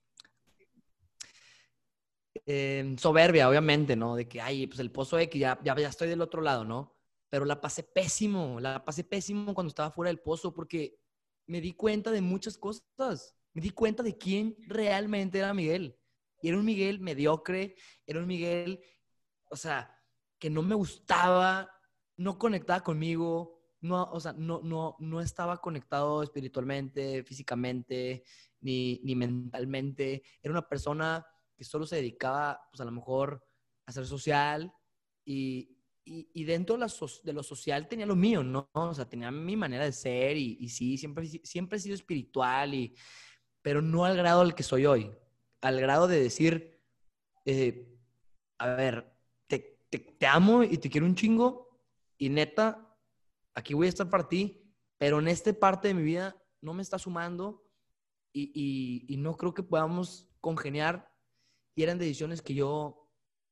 soberbia, obviamente, ¿no? De que, ay, pues el pozo X, ya estoy del otro lado, ¿no? Pero la pasé pésimo cuando estaba fuera del pozo porque me di cuenta de muchas cosas. Me di cuenta de quién realmente era Miguel. Y era un Miguel mediocre, era un Miguel, o sea, que no me gustaba, no conectaba conmigo, no, o sea, no estaba conectado espiritualmente, físicamente, ni mentalmente. Era una persona que solo se dedicaba, pues a lo mejor, a ser social y dentro de lo social tenía lo mío, ¿no? O sea, tenía mi manera de ser y sí, siempre he sido espiritual, pero no al grado al que soy hoy. Al grado de decir, a ver, te amo y te quiero un chingo y neta, aquí voy a estar para ti, pero en esta parte de mi vida no me está sumando y no creo que podamos congeniar y eran decisiones que yo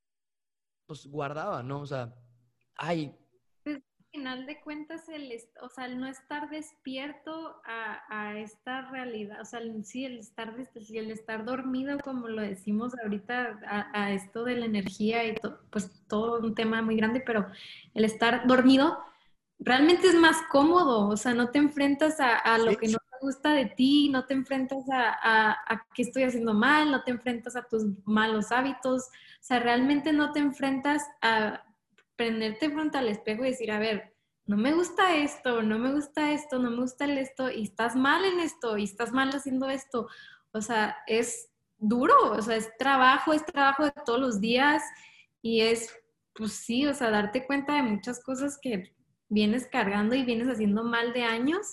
pues guardaba, ¿no? O sea, ay, Pues, al final de cuentas, o sea, el no estar despierto a esta realidad, o sea, sí, el estar dormido, como lo decimos ahorita, a esto de la energía y pues todo un tema muy grande, pero el estar dormido realmente es más cómodo, o sea, no te enfrentas a lo sí, que no te gusta de ti, no te enfrentas a qué estoy haciendo mal, no te enfrentas a tus malos hábitos, o sea, realmente no te enfrentas a prenderte frente al espejo y decir, a ver, no me gusta esto, no me gusta esto, no me gusta el esto, y estás mal en esto, y estás mal haciendo esto, o sea, es duro, o sea, es trabajo de todos los días, y es, pues sí, o sea, darte cuenta de muchas cosas que vienes cargando y vienes haciendo mal de años,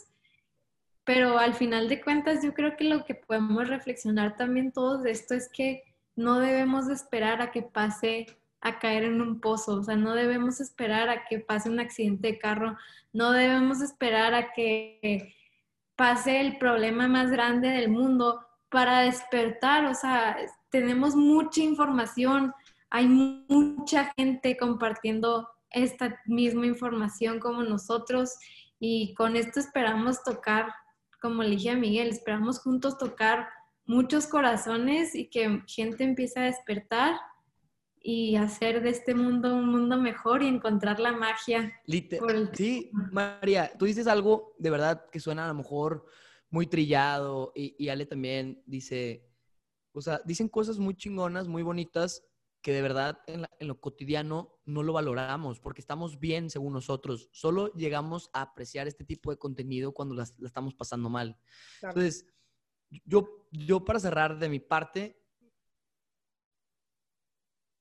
pero al final de cuentas yo creo que lo que podemos reflexionar también todos de esto es que no debemos de esperar a que pase a caer en un pozo, o sea, no debemos esperar a que pase un accidente de carro, no debemos esperar a que pase el problema más grande del mundo para despertar, o sea, tenemos mucha información, hay mucha gente compartiendo esta misma información como nosotros y con esto esperamos tocar, como le dije a Miguel, esperamos juntos tocar muchos corazones y que gente empiece a despertar y hacer de este mundo un mundo mejor y encontrar la magia por el... sí, María, tú dices algo de verdad que suena a lo mejor muy trillado y Ale también dice, o sea, dicen cosas muy chingonas, muy bonitas, que de verdad en lo cotidiano no lo valoramos porque estamos bien según nosotros. Solo llegamos a apreciar este tipo de contenido cuando la estamos pasando mal. Claro. Entonces, yo para cerrar de mi parte,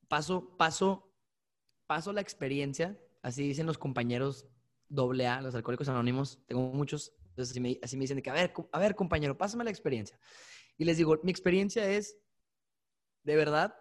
paso la experiencia, así dicen los compañeros AA, los alcohólicos anónimos, tengo muchos, entonces así me dicen de que, a ver, compañero, pásame la experiencia. Y les digo, mi experiencia es, de verdad,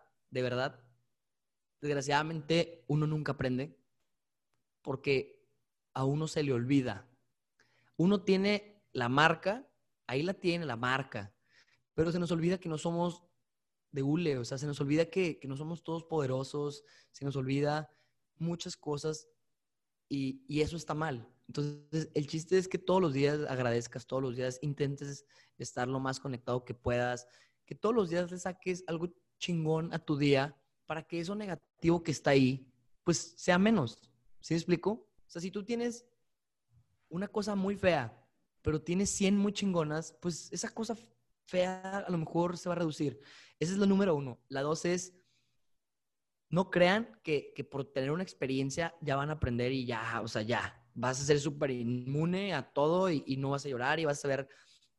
desgraciadamente uno nunca aprende porque a uno se le olvida. Uno tiene la marca, ahí la tiene la marca, pero se nos olvida que no somos de hule, o sea, se nos olvida que no somos todos poderosos, se nos olvida muchas cosas y eso está mal. Entonces, el chiste es que todos los días agradezcas, todos los días intentes estar lo más conectado que puedas, que todos los días le saques algo chingón a tu día para que eso negativo que está ahí, pues sea menos. ¿Sí me explico? O sea, si tú tienes una cosa muy fea, pero tienes 100 muy chingonas, pues esa cosa fea a lo mejor se va a reducir. Esa es la número 1. La 2 es, no crean que por tener una experiencia ya van a aprender y ya, o sea, ya, vas a ser súper inmune a todo y no vas a llorar y vas a ver,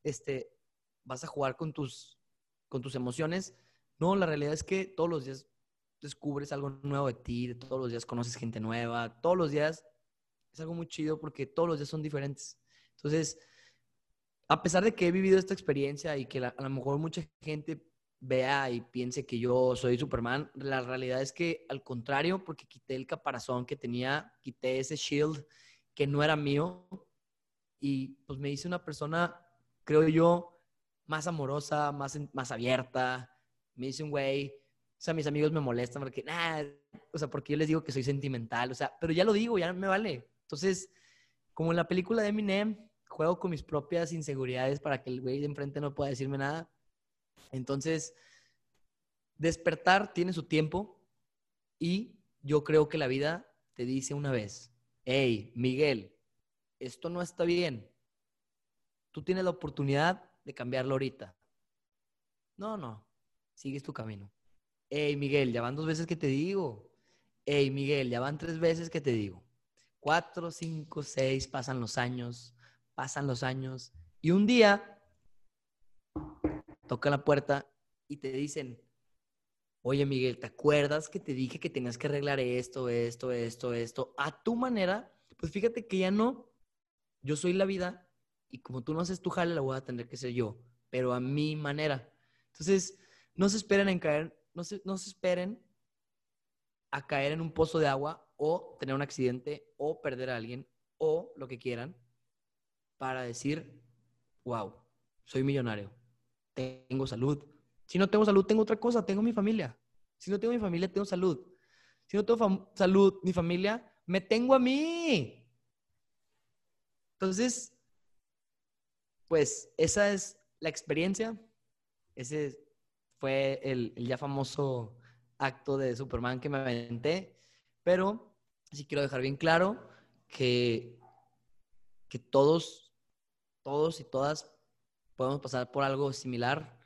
vas a jugar con tus emociones. No, la realidad es que todos los días descubres algo nuevo de ti, todos los días conoces gente nueva, todos los días es algo muy chido porque todos los días son diferentes. Entonces, a pesar de que he vivido esta experiencia y que a lo mejor mucha gente vea y piense que yo soy Superman, la realidad es que al contrario, porque quité el caparazón que tenía, quité ese shield que no era mío y pues me hice una persona, creo yo, más amorosa, más abierta. Me hice un güey, o sea, mis amigos me molestan porque, o sea, porque yo les digo que soy sentimental, o sea, pero ya lo digo, ya me vale. Entonces, como en la película de Eminem, juego con mis propias inseguridades para que el güey de enfrente no pueda decirme nada. Entonces, despertar tiene su tiempo y yo creo que la vida te dice una vez, hey, Miguel, esto no está bien. Tú tienes la oportunidad de cambiarlo ahorita. No, sigues tu camino. Hey, Miguel, ya van 2 veces que te digo. Hey, Miguel, ya van 3 veces que te digo. 4, 5, 6, pasan los años y un día toca la puerta y te dicen, oye Miguel, ¿te acuerdas que te dije que tenías que arreglar esto, a tu manera? Pues fíjate que ya no, yo soy la vida y como tú no haces tu jale, la voy a tener que ser yo, pero a mi manera. Entonces, no se esperen en caer, no se esperen a caer en un pozo de agua o tener un accidente o perder a alguien o lo que quieran para decir, wow, soy millonario, tengo salud. Si no tengo salud, tengo otra cosa, tengo mi familia. Si no tengo mi familia, tengo salud. Si no tengo salud, mi familia, me tengo a mí. Entonces, pues esa es la experiencia. Ese fue el ya famoso acto de Superman que me aventé. Pero sí quiero dejar bien claro que todos y todas podemos pasar por algo similar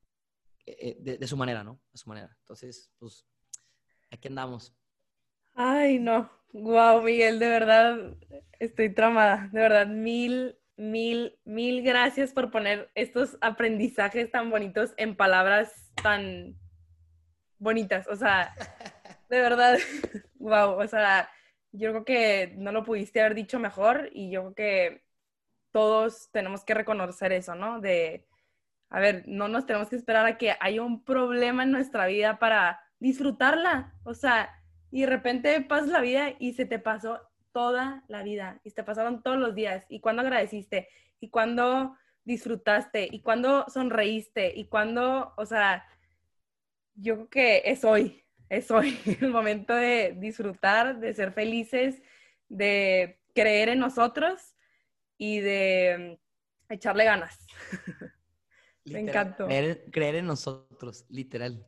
de su manera, ¿no? A su manera. Entonces, pues, aquí andamos. Ay, no. Wow, Miguel, de verdad estoy tramada. De verdad, mil gracias por poner estos aprendizajes tan bonitos en palabras tan bonitas. O sea, de verdad, wow. O sea, yo creo que no lo pudiste haber dicho mejor y yo creo que todos tenemos que reconocer eso, ¿no? A ver, no nos tenemos que esperar a que haya un problema en nuestra vida para disfrutarla. O sea, y de repente pasas la vida y se te pasó toda la vida y te pasaron todos los días. ¿Y cuándo agradeciste? ¿Y cuándo disfrutaste? ¿Y cuándo sonreíste? ¿Y cuándo, o sea, yo creo que es hoy el momento de disfrutar, de ser felices, de creer en nosotros y de echarle ganas. Me Literal, encantó. creer en nosotros, literal.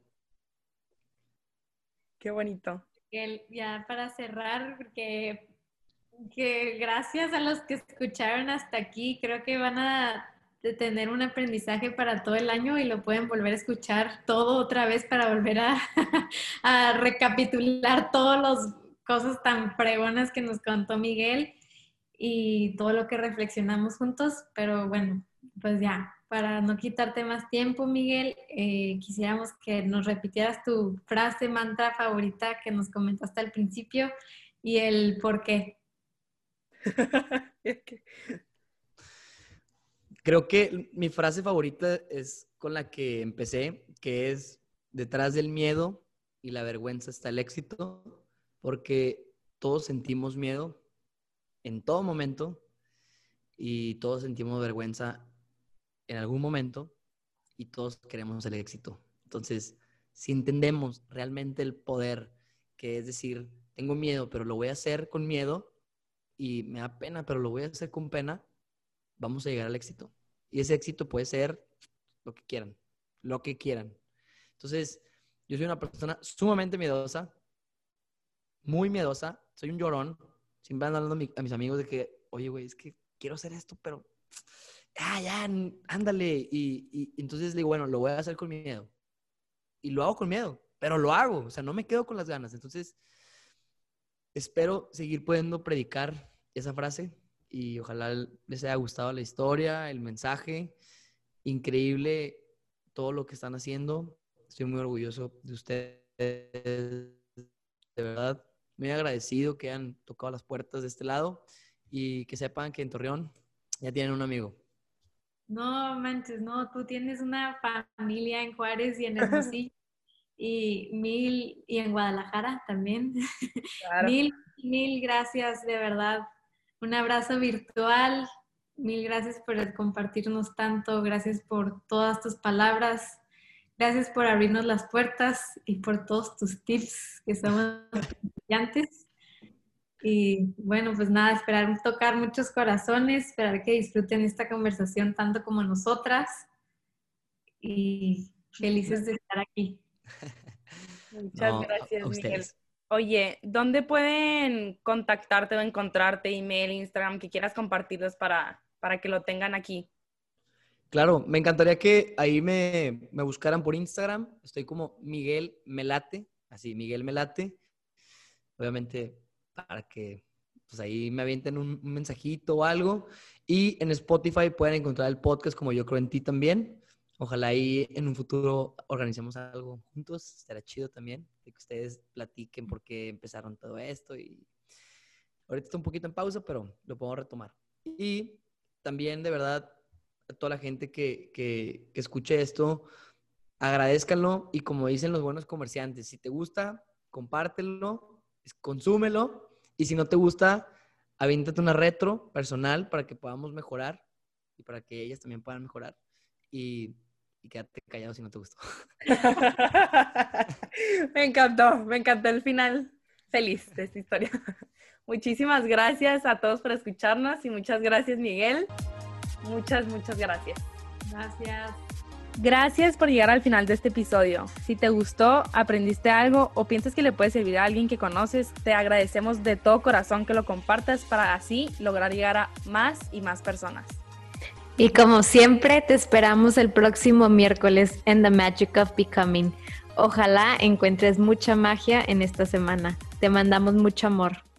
Qué bonito. Ya para cerrar, que gracias a los que escucharon hasta aquí, creo que van a tener un aprendizaje para todo el año y lo pueden volver a escuchar todo otra vez para volver a recapitular todas las cosas tan fregonas que nos contó Miguel y todo lo que reflexionamos juntos. Pero bueno, pues ya, para no quitarte más tiempo, Miguel, quisiéramos que nos repitieras tu frase, mantra favorita que nos comentaste al principio y el por qué. Creo que mi frase favorita es con la que empecé, que es: detrás del miedo y la vergüenza está el éxito, porque todos sentimos miedo en todo momento y todos sentimos vergüenza en algún momento y todos queremos el éxito. Entonces, si entendemos realmente el poder, que es decir, tengo miedo, pero lo voy a hacer con miedo, y me da pena, pero lo voy a hacer con pena, vamos a llegar al éxito. Y ese éxito puede ser lo que quieran, lo que quieran. Entonces, yo soy una persona sumamente miedosa, muy miedosa, soy un llorón. Siempre ando hablando a mis amigos de que, oye, güey, es que quiero hacer esto, pero ya, ándale. Y entonces le digo, bueno, lo voy a hacer con miedo. Y lo hago con miedo, pero lo hago. O sea, no me quedo con las ganas. Entonces, espero seguir pudiendo predicar esa frase y ojalá les haya gustado la historia, el mensaje. Increíble todo lo que están haciendo. Estoy muy orgulloso de ustedes, de verdad. Muy agradecido que hayan tocado las puertas de este lado y que sepan que en Torreón ya tienen un amigo. No manches, no, tú tienes una familia en Juárez y en Hermosillo y en Guadalajara también. Claro. Mil gracias, de verdad. Un abrazo virtual. Mil gracias por compartirnos tanto. Gracias por todas tus palabras. Gracias por abrirnos las puertas y por todos tus tips que son brillantes. Y bueno, pues nada, esperar tocar muchos corazones, esperar que disfruten esta conversación tanto como nosotras y felices de estar aquí. Muchas gracias, a Miguel. ustedes. Oye, ¿dónde pueden contactarte o encontrarte? Email, Instagram, que quieras compartirlos para que lo tengan aquí. Claro, me encantaría que ahí me buscaran por Instagram. Estoy como Miguel Melate, así, Miguel Melate. Obviamente, para que pues ahí me avienten un mensajito o algo. Y en Spotify pueden encontrar el podcast como Yo Creo en Ti también. Ojalá ahí en un futuro organicemos algo juntos. Estará chido también de que ustedes platiquen por qué empezaron todo esto. Y ahorita está un poquito en pausa, pero lo podemos retomar. Y también, de verdad, a toda la gente que escuche esto, agradézcanlo. Y como dicen los buenos comerciantes, si te gusta, compártelo, consúmelo. Y si no te gusta, aviéntate una retro personal para que podamos mejorar y para que ellas también puedan mejorar. Y quédate callado si no te gustó. Me encantó el final feliz de esta historia. Muchísimas gracias a todos por escucharnos y muchas gracias, Miguel. Muchas gracias. Gracias. Gracias por llegar al final de este episodio. Si te gustó, aprendiste algo o piensas que le puede servir a alguien que conoces, te agradecemos de todo corazón que lo compartas para así lograr llegar a más y más personas. Y como siempre, te esperamos el próximo miércoles en The Magic of Becoming. Ojalá encuentres mucha magia en esta semana. Te mandamos mucho amor.